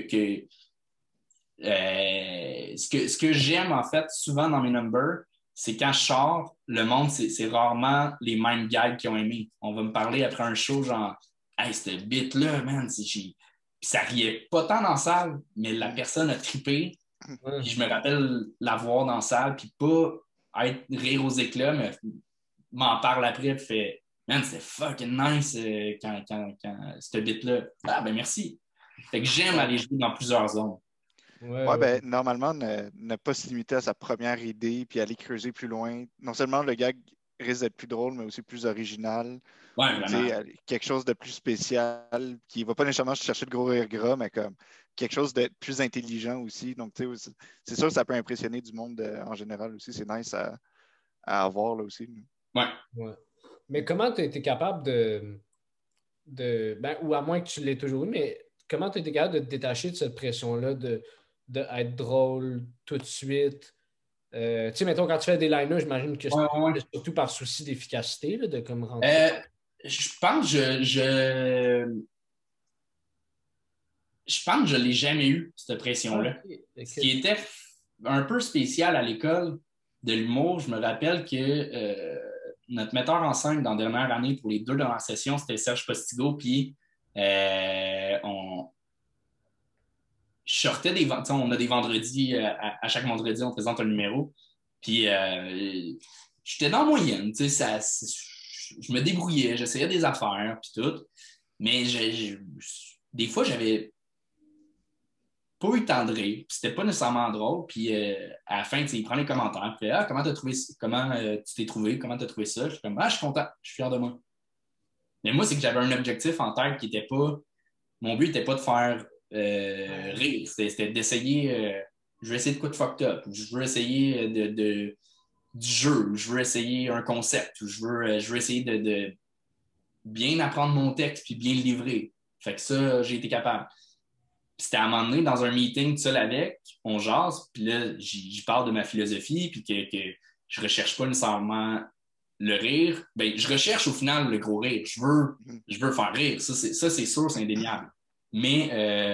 ce que j'aime, en fait, souvent dans mes numbers, c'est quand je sors, le monde, c'est rarement les mêmes gags qu'ils ont aimé. On va me parler après un show, genre, hey, cette bit-là, man, puis ça riait pas tant dans la salle, mais la personne a trippé. Puis je me rappelle la voir dans la salle, puis pas rire aux éclats, mais m'en parle après, puis fait, man, c'était fucking nice quand cette bit-là. Ah, ben merci. Fait que j'aime aller jouer dans plusieurs zones. Ben, normalement, ne pas se limiter à sa première idée puis aller creuser plus loin. Non seulement le gag risque d'être plus drôle, mais aussi plus original. Ouais, vraiment. Quelque chose de plus spécial qui ne va pas nécessairement chercher de gros rire gras, mais comme quelque chose de plus intelligent aussi. Donc, c'est sûr que ça peut impressionner du monde en général aussi. C'est nice à avoir là aussi. Ouais. Mais comment tu as été capable ben, ou à moins que tu l'aies toujours eu, mais comment tu as été capable de te détacher de cette pression-là d'être drôle tout de suite? Tu sais, mettons, quand tu fais des liners, j'imagine que c'est surtout par souci d'efficacité, là, de comme rentrer. Je pense que je pense que je ne l'ai jamais eu, cette pression-là. Okay. Ce qui était un peu spécial à l'école de l'humour, je me rappelle que notre metteur en scène dans la dernière année pour les 2 dernières sessions, c'était Serge Postigo, puis je sortais on a des vendredis, à chaque vendredi, on présente un numéro. Puis j'étais dans la moyenne, je me débrouillais, j'essayais des affaires, puis tout. Mais des fois, j'avais pas eu le temps de rire, puis c'était pas nécessairement drôle. Puis à la fin, il prend les commentaires, puis comment tu t'es trouvé, comment tu as trouvé ça? Je suis comme, je suis content, je suis fier de moi. Mais moi, c'est que j'avais un objectif en tête qui était pas. Mon but n'était pas de faire rire. C'était d'essayer. Je veux essayer de quoi de fucked up. Je veux essayer du jeu. Je veux essayer un concept. Je veux essayer de bien apprendre mon texte puis bien le livrer. Fait que ça, j'ai été capable. Puis c'était à un moment donné, dans un meeting tout seul avec, on jase, puis là, j'y parle de ma philosophie, puis que je recherche pas nécessairement le rire. Ben, je recherche au final le gros rire. Je veux faire rire. Ça, c'est sûr, c'est indéniable. mais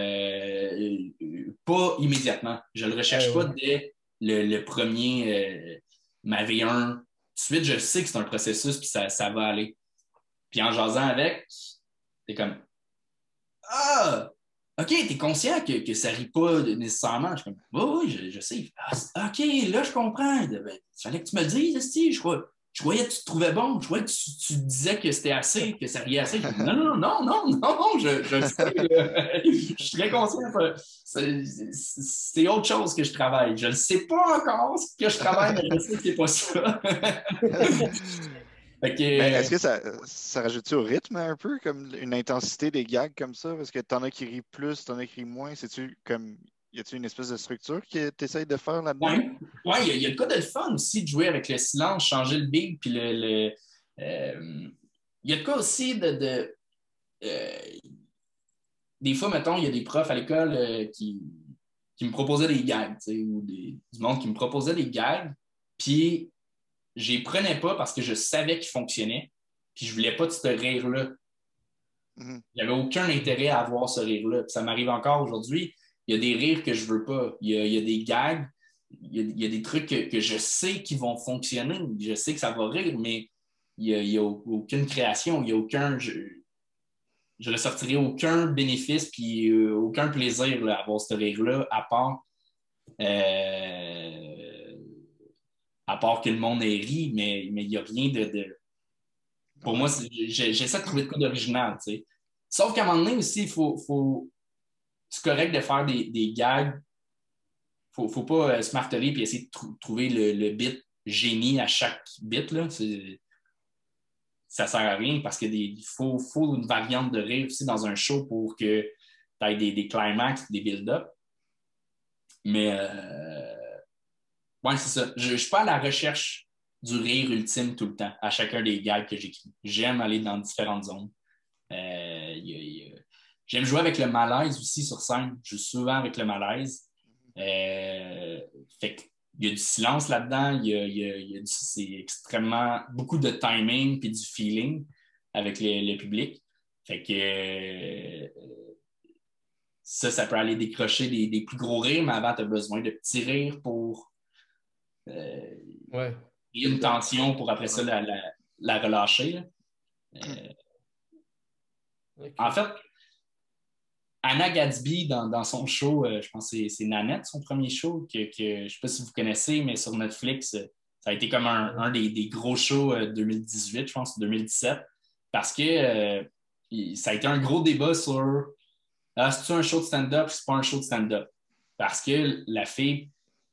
pas immédiatement. Je ne le recherche pas dès le premier, ma V1. Tout de suite, je sais que c'est un processus, puis ça va aller. Puis en jasant avec, t'es comme Ah! OK, t'es conscient que ça rit pas nécessairement. Je suis comme oui, je sais. Ah, OK, là, je comprends. Ben, il fallait que tu me le dises, esti. Je croyais que tu te trouvais bon. Je croyais que tu disais que c'était assez, que ça riait assez. Je dis, non, je le sais. Je suis très conscient. C'est autre chose que je travaille. Je ne sais pas encore ce que je travaille, mais je sais que c'est pas ça. Mais est-ce que ça rajoute-tu au rythme un peu, comme une intensité des gags comme ça? Parce que t'en as qui rient plus, t'en as qui rient moins. C'est-tu comme. Y a-tu une espèce de structure que tu essayes de faire là-dedans? Oui, il y a le cas de le fun aussi de jouer avec le silence, changer le beat, puis il y a le cas aussi des fois, mettons, il y a des profs à l'école qui me proposaient des gags, ou du monde qui me proposait des gags, puis je les prenais pas parce que je savais qu'ils fonctionnaient, puis je voulais pas de ce rire-là. Mm-hmm. J'avais aucun intérêt à avoir ce rire-là. Puis ça m'arrive encore aujourd'hui. Il y a des rires que je veux pas. Il y a des gags, il y a des trucs que je sais qui vont fonctionner. Je sais que ça va rire, mais il y a aucune création. Il y a aucun. Je ne ressortirai aucun bénéfice puis aucun plaisir là, à avoir ce rire-là, à part que le monde ait ri, mais il n'y a rien de. Pour moi, j'essaie de trouver de quoi d'original. Tu sais. Sauf qu'à un moment donné aussi, c'est correct de faire des gags. Il ne faut pas se marteler et essayer de trouver le bit génie à chaque bit. Là. Ça ne sert à rien parce qu'il faut une variante de rire aussi dans un show pour que tu aies des climax, des build-up. Mais ouais, c'est ça. Je ne suis pas à la recherche du rire ultime tout le temps, à chacun des gags que j'écris. J'aime aller dans différentes zones. J'aime jouer avec le malaise aussi sur scène. Je joue souvent avec le malaise. Fait qu'il y a du silence là-dedans. C'est extrêmement beaucoup de timing et du feeling avec le public. Fait que ça peut aller décrocher des plus gros rires, mais avant, tu as besoin de petits rires pour une tension pour après ça la relâcher. Okay. En fait, Anna Gadsby, dans son show, je pense que c'est Nanette, son premier show, que je ne sais pas si vous connaissez, mais sur Netflix, ça a été comme un des gros shows 2018, je pense, 2017, parce que ça a été un gros débat sur c'est-tu un show de stand-up ou c'est pas un show de stand-up? Parce que la fille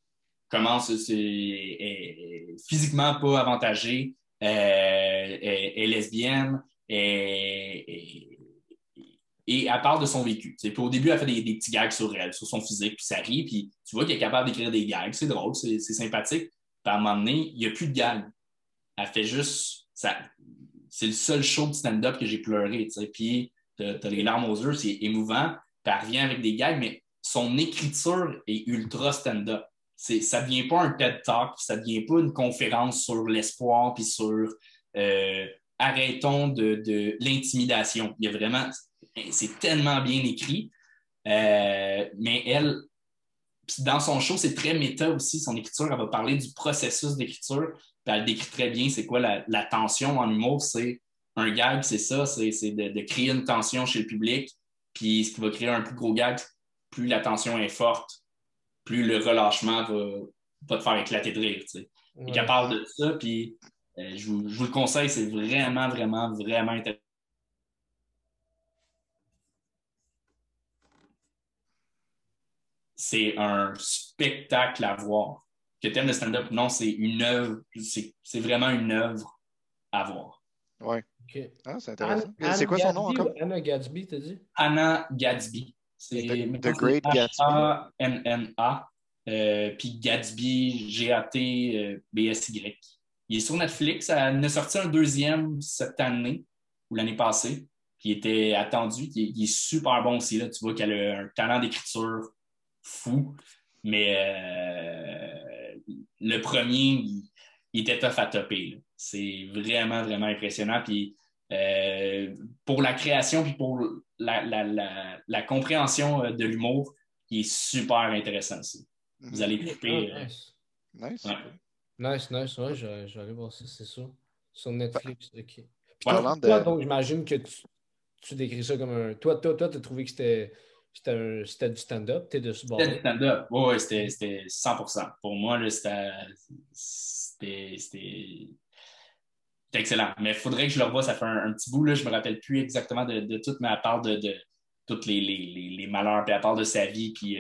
est physiquement pas avantagée, est lesbienne, et elle parle de son vécu. Puis au début, elle fait des petits gags sur elle, sur son physique, puis ça rit, puis tu vois qu'elle est capable d'écrire des gags. C'est drôle, c'est sympathique. Puis à un moment donné, il n'y a plus de gags. Elle fait juste. C'est le seul show de stand-up que j'ai pleuré. Puis t'as les larmes aux yeux, c'est émouvant. Puis elle revient avec des gags, mais son écriture est ultra stand-up. Ça ne devient pas un TED Talk, ça ne devient pas une conférence sur l'espoir, puis sur arrêtons de l'intimidation. Il y a vraiment. C'est tellement bien écrit. Mais elle, dans son show, c'est très méta aussi. Son écriture, elle va parler du processus d'écriture. Puis elle décrit très bien c'est quoi la tension en humour. C'est un gag, c'est ça. C'est de créer une tension chez le public. Puis ce qui va créer un plus gros gag, plus la tension est forte, plus le relâchement va te faire éclater de rire. Tu sais. Et qu'elle parle de ça. Puis je vous le conseille, c'est vraiment, vraiment, vraiment intéressant. C'est un spectacle à voir. Que t'aimes le stand-up, non, c'est une œuvre. C'est vraiment une œuvre à voir. Oui. Okay. Ah, c'est intéressant. C'est quoi son nom encore? Anna Gadsby, t'as dit? Anna Gadsby. C'est The Great Gatsby. A-N-N-A. Puis Gatsby, G-A-T-B-S-Y. Il est sur Netflix. Elle a sorti un deuxième cette année ou l'année passée. Puis il était attendu. Il est super bon aussi. Là. Tu vois qu'elle a un talent d'écriture fou. Mais le premier, il était tough à topper. C'est vraiment, vraiment impressionnant. Puis pour la création puis pour la compréhension de l'humour qui est super intéressant aussi. Vous allez triper. Nice. Nice. Ouais. Nice. Ouais, je vais aller voir ça, c'est ça. Sur Netflix, OK. Puis Parlant toi, de- donc, j'imagine que tu décris ça comme un... Toi, t'as trouvé que c'était du stand-up, t'es de ce bord. C'était du stand-up. Oui, c'était 100%. Pour moi, là, c'était excellent. Mais il faudrait que je le revoie. Ça fait un petit bout. Là, je ne me rappelle plus exactement de tout, mais à part de tous les malheurs, puis à part de sa vie, puis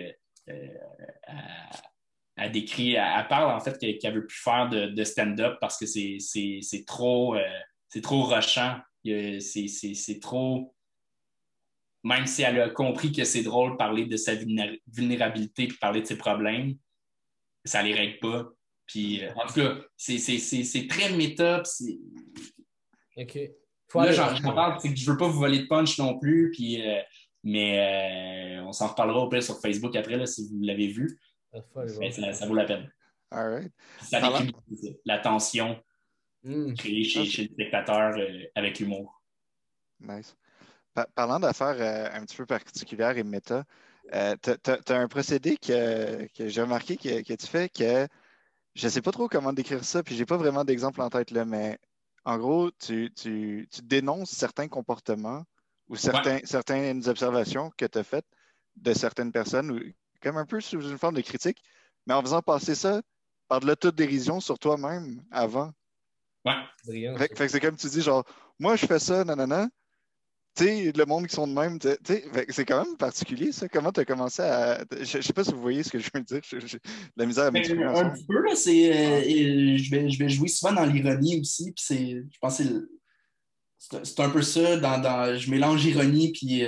elle décrit, elle parle en fait qu'elle ne veut plus faire de stand-up parce que c'est trop rushant. C'est trop. Même si elle a compris que c'est drôle de parler de sa vulnérabilité puis parler de ses problèmes, ça ne les règle pas. Puis, en tout cas, c'est très méta. OK. Là, j'en parle, c'est que je ne veux pas vous voler de punch non plus. Puis, mais on s'en reparlera au pire sur Facebook après, là, si vous l'avez vu. Mais ça vaut la peine. All right. Ça décrit la tension créée chez le spectateur avec l'humour. Nice. Parlant d'affaires un petit peu particulières et méta, tu as un procédé que j'ai remarqué que tu fais que je ne sais pas trop comment décrire ça, puis j'ai pas vraiment d'exemple en tête là, mais en gros, tu dénonces certains comportements ou certaines observations que tu as faites de certaines personnes, ou, comme un peu sous une forme de critique, mais en faisant passer ça par de l'autodérision sur toi-même avant. Ouais. Fait que c'est comme tu dis, genre, moi je fais ça, nanana. Tu sais, le monde qui sont de même, c'est quand même particulier, ça. Comment tu as commencé à. Je sais pas si vous voyez ce que je veux dire. J'ai la misère à m'exprimer Un petit peu, là, je vais jouer souvent dans l'ironie aussi. Puis je pense que c'est un peu ça. Je mélange ironie puis.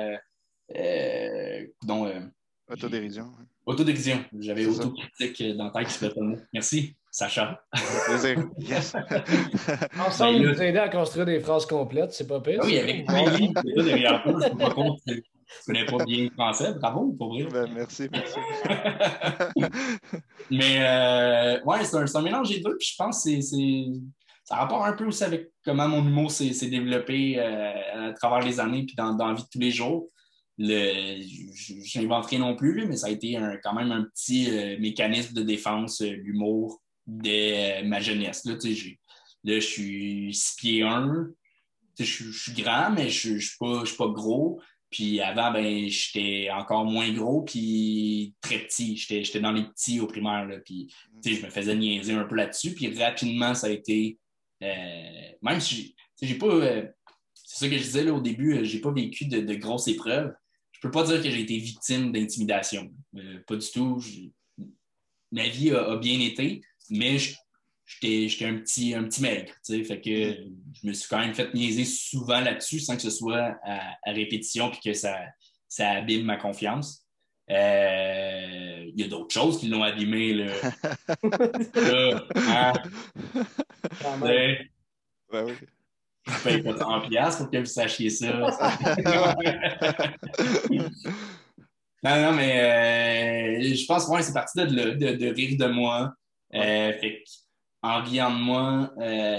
Autodérision. Autodérision. J'avais C'est ça. autocritique dans la tête qui se fait pas le mot. Merci, Sacha. Plaisir. Yes. Ensemble, Ben là- nous aider à construire des phrases complètes, c'est pas pire. Ah oui, ça. avec Twilly, c'est ça derrière toi. Je ne pas compte que tu connais pas bien le français. Bravo, pour vrai. Ben, merci. Mais ouais, c'est un mélange des deux. Puis je pense que ça rapporte un peu aussi avec comment mon humour s'est développé à travers les années puis dans la vie de tous les jours. Je n'invente rien non plus, mais ça a été quand même un petit mécanisme de défense, l'humour de ma jeunesse. Là, je suis 6 pieds 1. Je suis grand, mais je ne suis pas gros. Puis avant, ben, j'étais encore moins gros, puis très petit. J'étais dans les petits au primaire. Là, puis je me faisais niaiser un peu là-dessus. Puis rapidement, ça a été. Même si j'ai pas. C'est ça que je disais là, au début, j'ai pas vécu de grosses épreuves. Je peux pas dire que j'ai été victime d'intimidation. Pas du tout. Ma vie a bien été, mais j'étais un petit maigre. Fait que je me suis quand même fait niaiser souvent là-dessus sans que ce soit à répétition puis que ça abîme ma confiance. Il y a d'autres choses qui l'ont abîmé. Là. Ben oui. Je paye pas 100$ pour que vous sachiez ça. Non, mais je pense que c'est parti de rire de moi. Fait en riant de moi,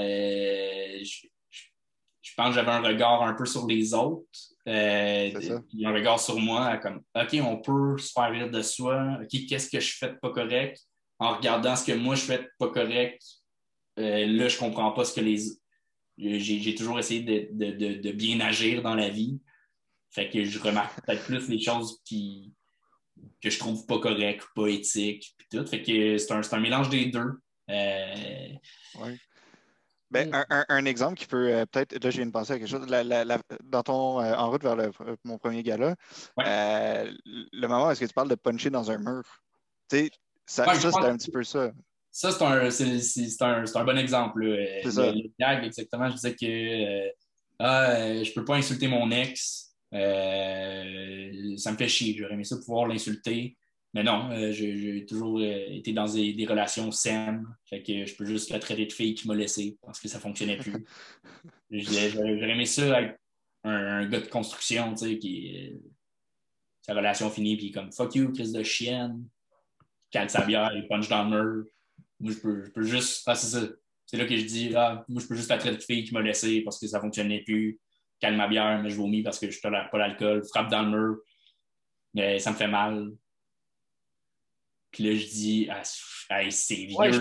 je pense que j'avais un regard un peu sur les autres. Un regard sur moi, comme OK, on peut se faire rire de soi. OK, qu'est-ce que je fais de pas correct? En regardant ce que moi je fais de pas correct, là, je comprends pas ce que j'ai toujours essayé de bien agir dans la vie. Fait que je remarque peut-être plus les choses que je trouve pas correctes, pas éthiques, puis tout. Fait que c'est un mélange des deux. Ouais. Ben, un exemple qui peut peut-être, là, je viens de penser à quelque chose. Dans en route vers mon premier gala, le moment où est-ce que tu parles de puncher dans un mur, tu sais, ça c'était un petit peu ça. Ça, c'est un bon exemple. C'est ça. Le gag, exactement, je disais que je peux pas insulter mon ex. Ça me fait chier. J'aurais aimé ça pouvoir l'insulter. Mais non, j'ai toujours été dans des relations saines. Fait que je peux juste la traiter de fille qui m'a laissé parce que ça ne fonctionnait plus. J'aurais aimé ça avec un gars de construction, tu sais, qui sa relation finie, puis comme fuck you, crise de chienne, cale sa bière, il punch dans le mur. Moi, je peux juste. Ah, c'est ça. c'est là que je dis, moi, je peux juste la traiter de fille qui m'a laissé parce que ça ne fonctionnait plus. Calme ma bière, mais je vomis parce que je ne tolère pas l'alcool. Frappe dans le mur, mais ça me fait mal. Puis là, je dis, hey, c'est vieux. Ouais,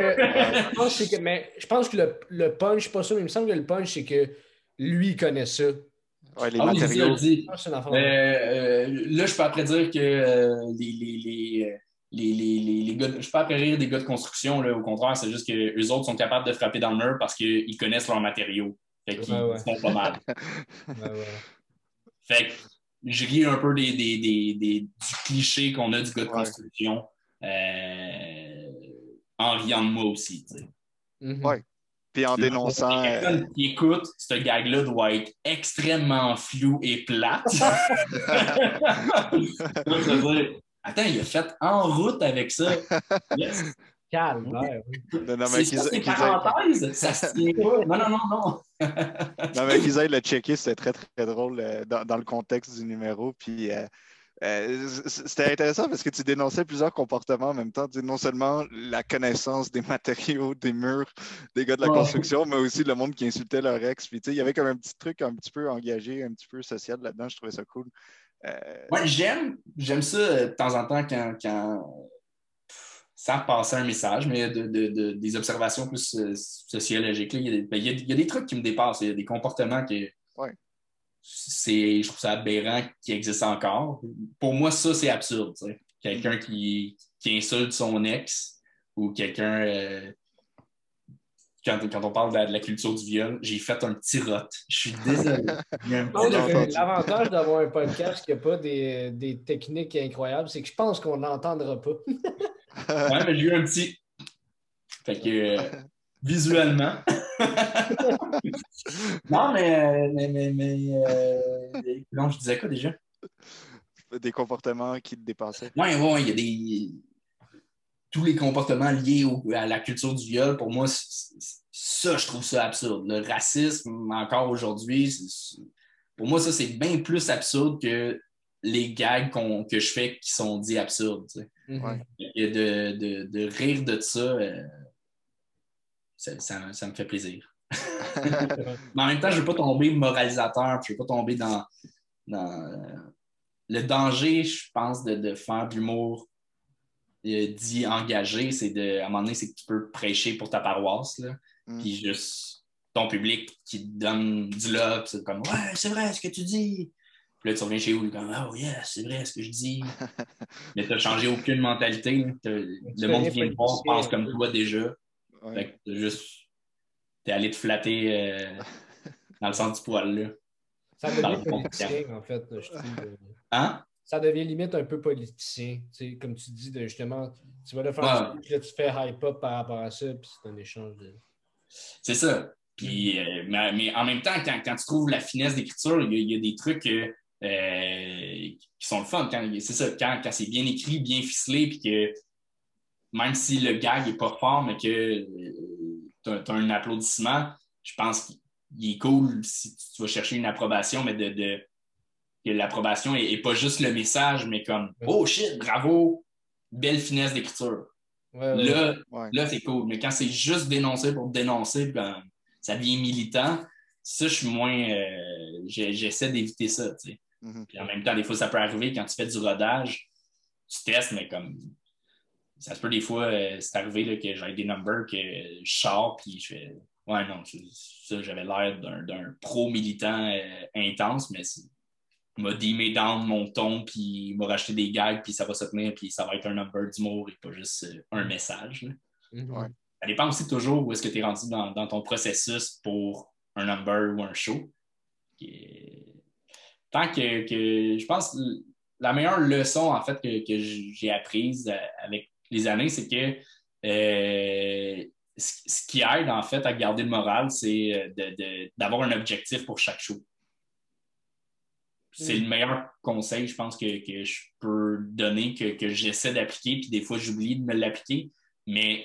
je pense que le punch, je suis pas sûr, mais il me semble que le punch, c'est que lui, il connaît ça. Ouais, les Oui, matériaux. Là, je peux après dire que les gars, je peux après rire des gars de construction. Là, au contraire, c'est juste qu'eux autres sont capables de frapper dans le mur parce qu'ils connaissent leurs matériaux. Fait qu'ils font pas mal. Fait que je ris un peu du cliché qu'on a du gars de construction en riant de moi aussi. Oui. Puis en dénonçant. Les personnes qui écoutent, ce gag-là doit être extrêmement flou et plate. Attends, il a fait en route avec ça. Yes. Calme, c'est parenthèse, ça se tient pas. Non. Non, mais qu'ils aillent le checker, c'était très, très drôle dans le contexte du numéro. Puis c'était intéressant parce que tu dénonçais plusieurs comportements en même temps. Non seulement la connaissance des matériaux, des murs, des gars de la construction, mais aussi le monde qui insultait leur ex. Puis il y avait comme un petit truc un petit peu engagé, un petit peu social là-dedans. Je trouvais ça cool. Ouais, j'aime ça de temps en temps quand sans passer un message, mais des observations plus sociologiques. Là. Il y a des trucs qui me dépassent. Il y a des comportements qui... je trouve ça aberrant qui existe encore. Pour moi, ça, c'est absurde. T'sais. Quelqu'un qui insulte son ex ou quelqu'un... Quand on parle de la culture du viol, j'ai fait un petit rot. Je suis désolé. L'avantage d'avoir un podcast qui n'a pas des techniques incroyables, c'est que je pense qu'on n'entendra pas. Ouais, mais j'ai eu un petit... Fait que... visuellement. Non, non, je disais quoi déjà? Des comportements qui te dépassaient. Oui, il y a tous les comportements liés à la culture du viol, pour moi, ça, je trouve ça absurde. Le racisme, encore aujourd'hui, pour moi, ça, c'est bien plus absurde que les gags que je fais qui sont dits absurdes. Tu sais. Et de rire de ça, ça me fait plaisir. Mais en même temps, je ne veux pas tomber moralisateur, je ne veux pas tomber dans le danger, je pense, de faire de l'humour dit engagé, à un moment donné, c'est que tu peux prêcher pour ta paroisse, là, puis juste ton public qui te donne du love, c'est comme « Ouais, c'est vrai ce que tu dis! » Puis là, tu reviens chez vous, comme « Oh yes, c'est vrai ce que je dis! » Mais tu n'as changé aucune mentalité. Le monde qui vient te voir pense comme toi déjà. Fait que t'es allé te flatter dans le sens du poil, là. Ça devient politicien, en fait, je trouve. Hein? Ça devient limite un peu politicien. Comme tu dis, justement, tu vas le faire un speech, là, tu fais hype-up par rapport à ça, puis c'est un échange de... C'est ça. Puis, mais en même temps, quand tu trouves la finesse d'écriture, il y a des trucs qui sont le fun. C'est ça, quand c'est bien écrit, bien ficelé, puis que même si le gag n'est pas fort, mais que tu as un applaudissement, je pense qu'il est cool si tu vas chercher une approbation, mais que l'approbation n'est pas juste le message, mais comme « Oh shit, bravo, belle finesse d'écriture. » Là, c'est cool. Mais quand c'est juste dénoncer pour dénoncer, ben, ça devient militant. Ça, je suis moins... j'essaie d'éviter ça, tu sais. Puis en même temps, des fois, ça peut arriver quand tu fais du rodage, tu testes, mais comme... Ça se peut des fois, c'est arrivé là, que j'ai des numbers que je sors, puis je fais... Ouais, non, ça, j'avais l'air d'un pro-militant intense, mais il m'a dimé down mon ton, puis il m'a racheté des gags, puis ça va se tenir, puis ça va être un number d'humour et pas juste un message. Ça dépend aussi toujours où est-ce que tu es rendu dans ton processus pour un number ou un show. Tant que je pense la meilleure leçon en fait que j'ai apprise avec les années, c'est que ce qui aide en fait à garder le moral, c'est d'avoir un objectif pour chaque show. C'est le meilleur conseil, je pense, que je peux donner, que j'essaie d'appliquer, puis des fois, j'oublie de me l'appliquer. Mais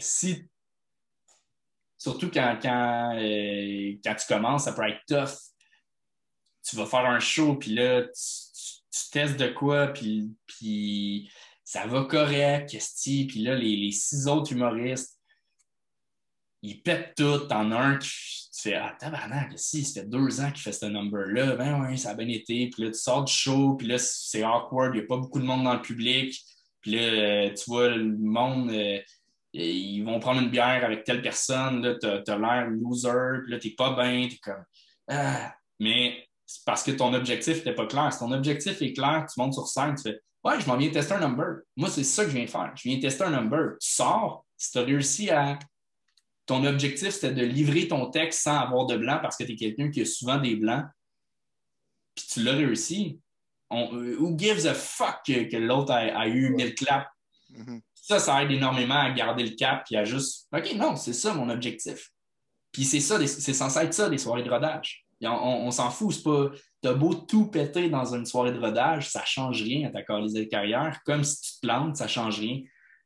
surtout quand tu commences, ça peut être tough. Tu vas faire un show, puis là, tu testes de quoi, puis ça va correct, puis là, les 6 autres humoristes il pète tout. T'en as un qui tu fais ah, tabarnak, si, ça fait 2 ans qu'il fait ce number-là. Ben ouais, ça a bien été. Puis là, tu sors du show, puis là, c'est awkward. Il n'y a pas beaucoup de monde dans le public. Puis là, tu vois le monde, ils vont prendre une bière avec telle personne. Là, t'as l'air loser. Puis là, t'es pas bien. T'es comme ah. Mais c'est parce que ton objectif n'était pas clair. Si ton objectif est clair, tu montes sur scène, tu fais ouais, je m'en viens tester un number. Moi, c'est ça que je viens faire. Je viens tester un number. Tu sors, si tu as réussi à. Ton objectif, c'était de livrer ton texte sans avoir de blanc parce que tu es quelqu'un qui a souvent des blancs, puis tu l'as réussi. Who gives a fuck que l'autre a eu 1000 claps? Mm-hmm. Ça aide énormément à garder le cap puis à juste OK, non, c'est ça mon objectif. Puis c'est censé être ça, des soirées de rodage. On s'en fout, c'est pas. T'as beau tout péter dans une soirée de rodage, ça change rien à ta carrière. Comme si tu te plantes, ça change rien.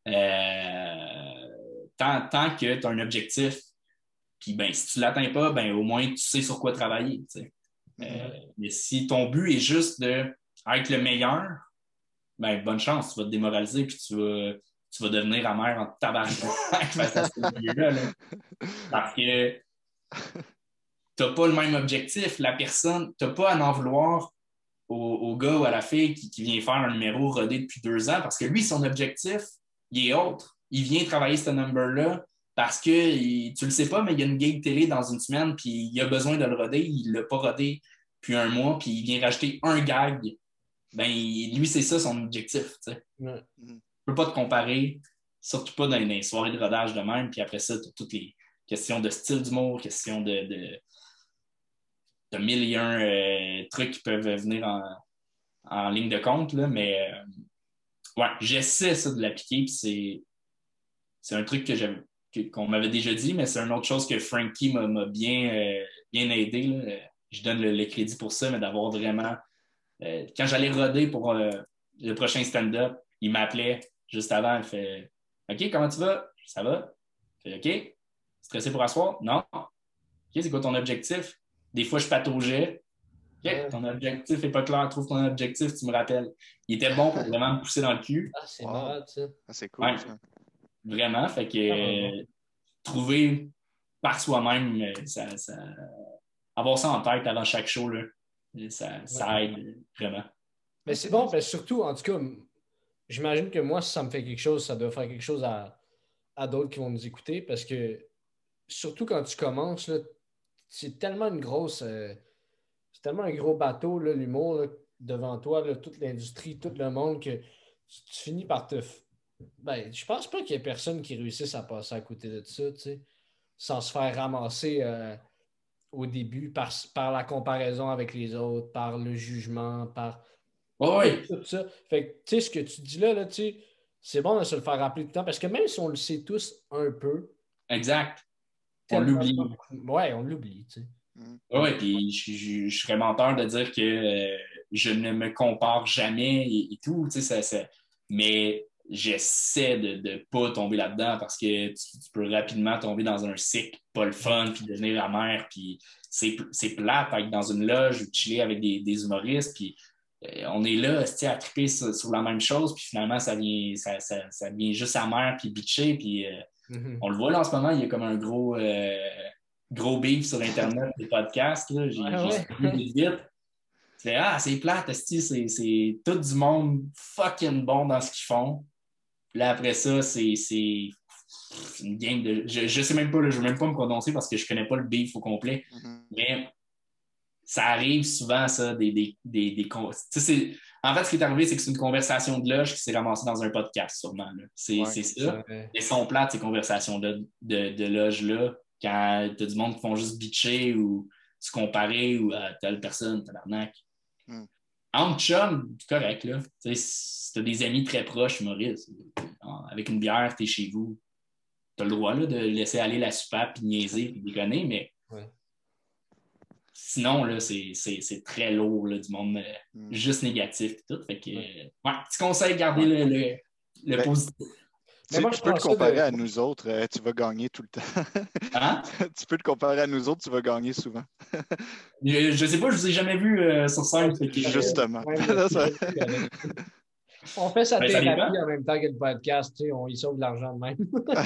Tant que tu as un objectif, puis ben, si tu ne l'atteins pas, ben, au moins tu sais sur quoi travailler. Mais si ton but est juste d'être le meilleur, ben, bonne chance, tu vas te démoraliser puis tu vas devenir amer en tabarnak face à ce milieu-là. Parce que tu n'as pas le même objectif. La personne, tu n'as pas à en vouloir au gars ou à la fille qui vient faire un numéro rodé depuis 2 ans parce que lui, son objectif, il est autre. Il vient travailler ce number-là parce que, tu le sais pas, mais il y a une gig télé dans une semaine, puis il a besoin de le roder. Il ne l'a pas rodé depuis 1 mois, puis il vient rajouter un gag. Ben, lui, c'est ça son objectif. Tu ne peux pas te comparer, surtout pas dans les soirées de rodage de même. Puis après ça, tu as toutes les questions de style d'humour, questions de 1001 trucs qui peuvent venir en ligne de compte. Là, mais ouais, j'essaie ça de l'appliquer, puis c'est un truc qu'on m'avait déjà dit, mais c'est une autre chose que Frankie m'a bien aidé. Là. Je donne le crédit pour ça, mais d'avoir vraiment... quand j'allais roder pour le prochain stand-up, il m'appelait juste avant. Il fait « OK, comment tu vas? Ça va? » Il fait « OK, stressé pour asseoir? Non. OK, c'est quoi ton objectif? Des fois, je pataugeais. OK, ton objectif n'est pas clair. Trouve ton objectif, tu me rappelles. Il était bon pour vraiment me pousser dans le cul. Ah, c'est malade, ça. Ah, c'est cool, ouais. Ça. Vraiment, fait que trouver par soi-même, avoir ça en tête avant chaque show, là, ça aide vraiment. Mais c'est bon, parce que surtout, en tout cas, j'imagine que moi, si ça me fait quelque chose, ça doit faire quelque chose à d'autres qui vont nous écouter, parce que surtout quand tu commences, là, c'est tellement une grosse... c'est tellement un gros bateau, là, l'humour, là, devant toi, là, toute l'industrie, tout le monde, que tu finis par te... Ben, je pense pas qu'il y ait personne qui réussisse à passer à côté de ça, tu sais, sans se faire ramasser au début par la comparaison avec les autres, par le jugement, par tout ça. Fait que, tu sais, ce que tu dis là, tu sais, c'est bon de se le faire rappeler tout le temps, parce que même si on le sait tous un peu... Exact. On l'oublie. Ouais, on l'oublie, tu sais. Oui, puis je serais menteur de dire que je ne me compare jamais et tout, tu sais, mais j'essaie de ne pas tomber là-dedans parce que tu peux rapidement tomber dans un cycle pas le fun, puis devenir amer, puis c'est plate être dans une loge ou chiller avec des humoristes, puis on est là à triper sur la même chose, puis finalement, ça devient juste amer, puis bitché, puis on le voit là en ce moment, il y a comme un gros beef sur Internet, des podcasts, là, j'ai vite. C'est plate, c'est tout du monde fucking bon dans ce qu'ils font. Là, après ça, c'est une game de... Je sais même pas, là, je veux même pas me prononcer parce que je connais pas le beef au complet. Mais ça arrive souvent, ça, des en fait, ce qui est arrivé, c'est que c'est une conversation de loge qui s'est ramassée dans un podcast, sûrement. C'est ça. Elles sont plates, ces conversations-là de loge-là, quand t'as du monde qui font juste bitcher ou se comparer ou à telle personne, tabarnak. Entre chum, c'est correct, là. Si t'as des amis très proches, Maurice, avec une bière, t'es chez vous, t'as le droit là, de laisser aller la soupape, puis niaiser, puis déconner, mais sinon, là, c'est très lourd, là, du monde juste négatif et tout. Fait que, petit conseil, garder le positif. Tu peux te comparer à nous autres, tu vas gagner tout le temps. Hein? Tu peux te comparer à nous autres, tu vas gagner souvent. Je sais pas, je vous ai jamais vu sur scène. Justement. On fait sa Ben, ça thérapie dépend. en même temps que le podcast, tu sais, on y sauve de l'argent de même.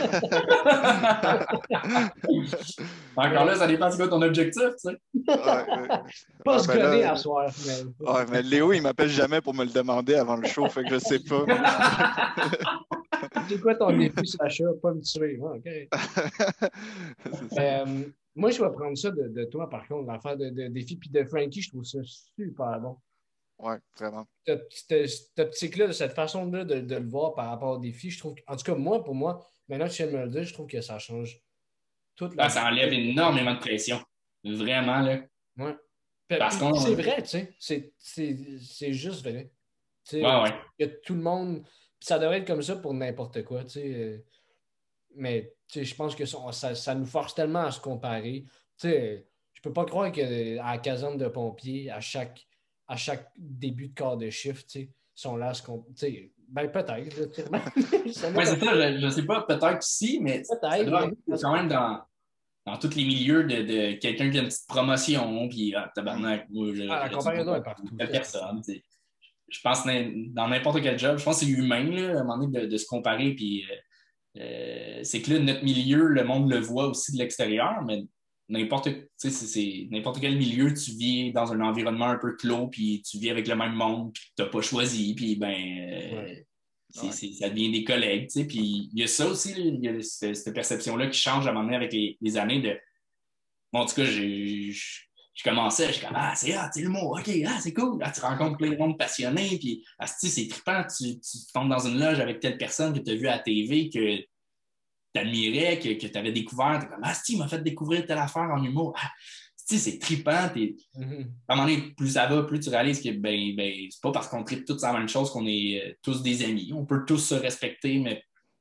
Encore là, ça dépend c'est quoi ton objectif, tu sais. Pas Ah, se ben gonner là, à soir. Mais... ouais, mais Léo, il m'appelle jamais pour me le demander avant le show, fait que je sais pas. C'est quoi ton défi, Sacha? Pas me tuer. Ouais, OK. C'est ça. Moi, je vais prendre ça de toi, par contre, l'affaire de défi. Puis de Frankie, je trouve ça super bon. Ouais, vraiment. Cette optique-là, de cette façon-là de le voir par rapport au défi, je trouve, en tout cas, moi, pour moi, maintenant que tu viens de me le dire, je trouve que ça change toute la... Ah, ça enlève énormément de pression. Vraiment, là. Ouais. Parce Puis qu'on. c'est vrai, tu sais. C'est juste vrai. Tu sais, Ouais, ouais. il y a tout le monde... Puis ça devrait être comme ça pour n'importe quoi, tu sais. Mais tu sais, je pense que ça nous force tellement à se comparer. Tu sais, je peux pas croire qu'à la caserne de pompiers, à chaque début de quart de shift, tu sais, ils sont là à se comparer. Tu sais, ben peut-être, là, sûrement. Ça Ouais, m'étonne. c'est ça, je sais pas, peut-être aussi, mais ça Peut-être, doit mais arriver quand même dans tous les milieux de quelqu'un qui a une petite promotion, puis tabarnak, moi, la j'aurais comparaison est dû partout. telle personne. Tu sais. Je pense que dans n'importe quel job, je pense que c'est humain, là, à un moment donné, de se comparer, puis c'est que là, notre milieu, le monde le voit aussi de l'extérieur, mais n'importe, tu sais, c'est n'importe quel milieu, tu vis dans un environnement un peu clos, puis tu vis avec le même monde, puis tu n'as pas choisi, puis ben, Ouais. ça devient des collègues, tu sais, puis il y a ça aussi, là, il y a cette perception-là qui change à un moment donné avec les années de. Bon, en tout cas, je commençais, je suis comme, ah, c'est l'humour, ok, ah, c'est cool. Ah, tu rencontres plein de monde passionné, puis, ah, c'est trippant, tu tombes dans une loge avec telle personne que tu as vue à la TV, que tu admirais, que tu avais découvert, t'es comme, ah, il m'a fait découvrir telle affaire en humour. Ah, c'est trippant, à un moment donné, plus ça va, plus tu réalises que c'est pas parce qu'on trippe tous la même chose qu'on est tous des amis. On peut tous se respecter, mais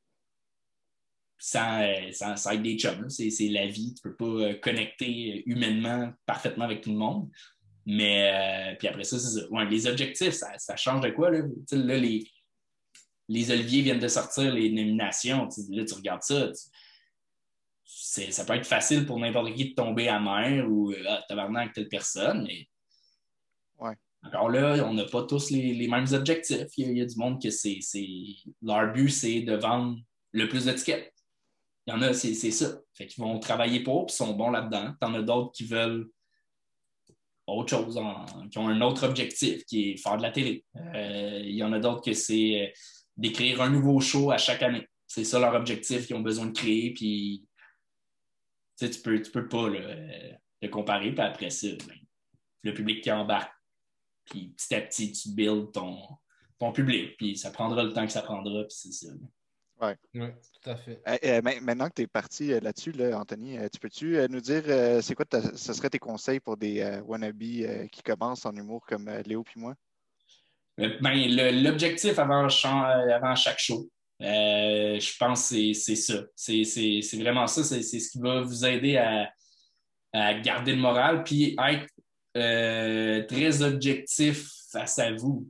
sans être des chums. C'est la vie. Tu peux pas connecter humainement parfaitement avec tout le monde. Mais puis après ça, c'est ça. Ouais, les objectifs, ça change de quoi? Là, là les Oliviers viennent de sortir les nominations. Là, tu regardes ça. Ça peut être facile pour n'importe qui de tomber à mer ou tabarnak telle personne, mais Ouais. encore là, on n'a pas tous les mêmes objectifs. Il y a du monde que leur but, c'est de vendre le plus d'étiquettes. Il y en a, c'est ça. Fait qu'ils vont travailler pour, puis sont bons là-dedans. T'en as d'autres qui veulent autre chose, qui ont un autre objectif, qui est faire de la télé. Il y en a d'autres que c'est d'écrire un nouveau show à chaque année. C'est ça leur objectif qu'ils ont besoin de créer, puis tu peux pas le comparer, puis après ça, le public qui embarque, puis petit à petit, tu builds ton public, puis ça prendra le temps que ça prendra, puis c'est ça. Ouais. Oui, tout à fait. Maintenant que tu es parti là-dessus, là, Anthony, tu peux-tu nous dire c'est quoi ce serait tes conseils pour des wannabes qui commencent en humour comme Léo puis moi? L'objectif avant chaque show, je pense que c'est ça. C'est vraiment ça. C'est ce qui va vous aider à garder le moral puis être très objectif face à vous.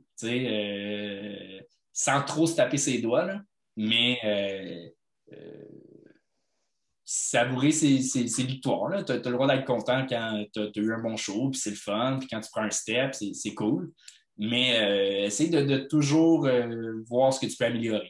Sans trop se taper ses doigts, là, mais savourer ses victoires. Tu as le droit d'être content quand tu as eu un bon show, puis c'est le fun, puis quand tu prends un step, c'est cool. Mais essaye de toujours voir ce que tu peux améliorer.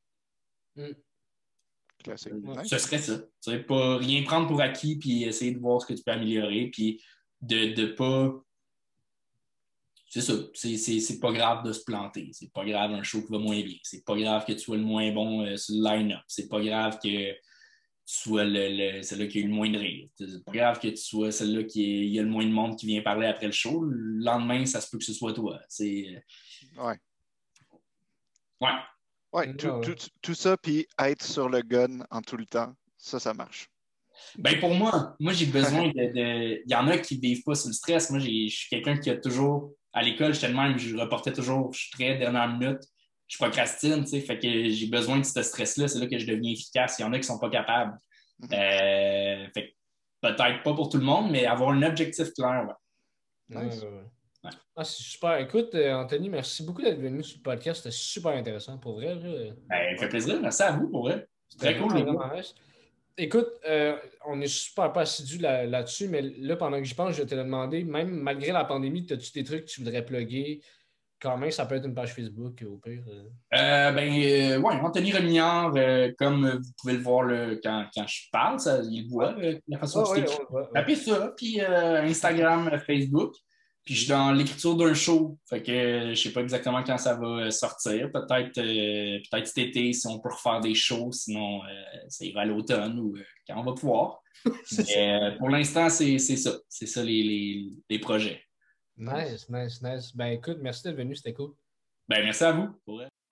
Classique. Ce serait ça. Tu sais, pas rien prendre pour acquis, puis essayer de voir ce que tu peux améliorer, puis de pas. C'est ça. C'est pas grave de se planter. C'est pas grave un show qui va moins bien. C'est pas grave que tu sois le moins bon sur le line-up. C'est pas grave que tu sois celle-là qui a eu le moins de rire. C'est pas grave que tu sois celle-là qui y a le moins de monde qui vient parler après le show. Le lendemain, ça se peut que ce soit toi. Ouais. Ouais. Ouais, tout ça, puis être sur le gun en tout le temps, ça marche. Ben pour moi j'ai besoin Il y en a qui ne vivent pas sur le stress. Moi, je suis quelqu'un qui a toujours. À l'école, j'étais le même, je reportais toujours, je suis très dernière minute, je procrastine, tu sais, fait que j'ai besoin de ce stress-là, c'est là que je deviens efficace. Il y en a qui ne sont pas capables. Fait que peut-être pas pour tout le monde, mais avoir un objectif clair, ouais. Nice. Ouais. Ah, c'est super. Écoute, Anthony, merci beaucoup d'être venu sur le podcast. C'était super intéressant pour vrai. Ça fait plaisir. Merci à vous pour vrai. C'est très cool, les gars. Écoute, on est super pas assidus là-dessus, mais là, pendant que j'y pense, je vais te le demander, même malgré la pandémie, as-tu des trucs que tu voudrais plugger quand même, ça peut être une page Facebook au pire. Ouais, Anthony Remillard, comme vous pouvez le voir quand je parle, il voit la façon dont c'est écrit. Tapez ça, puis Instagram, Facebook. Puis je suis dans l'écriture d'un show. Fait que je sais pas exactement quand ça va sortir. Peut-être cet été, si on peut refaire des shows. Sinon, ça ira à l'automne ou quand on va pouvoir. Mais pour l'instant, c'est ça. C'est ça les projets. Nice. Ben écoute, merci d'être venu, c'était cool. Ben merci à vous. Pour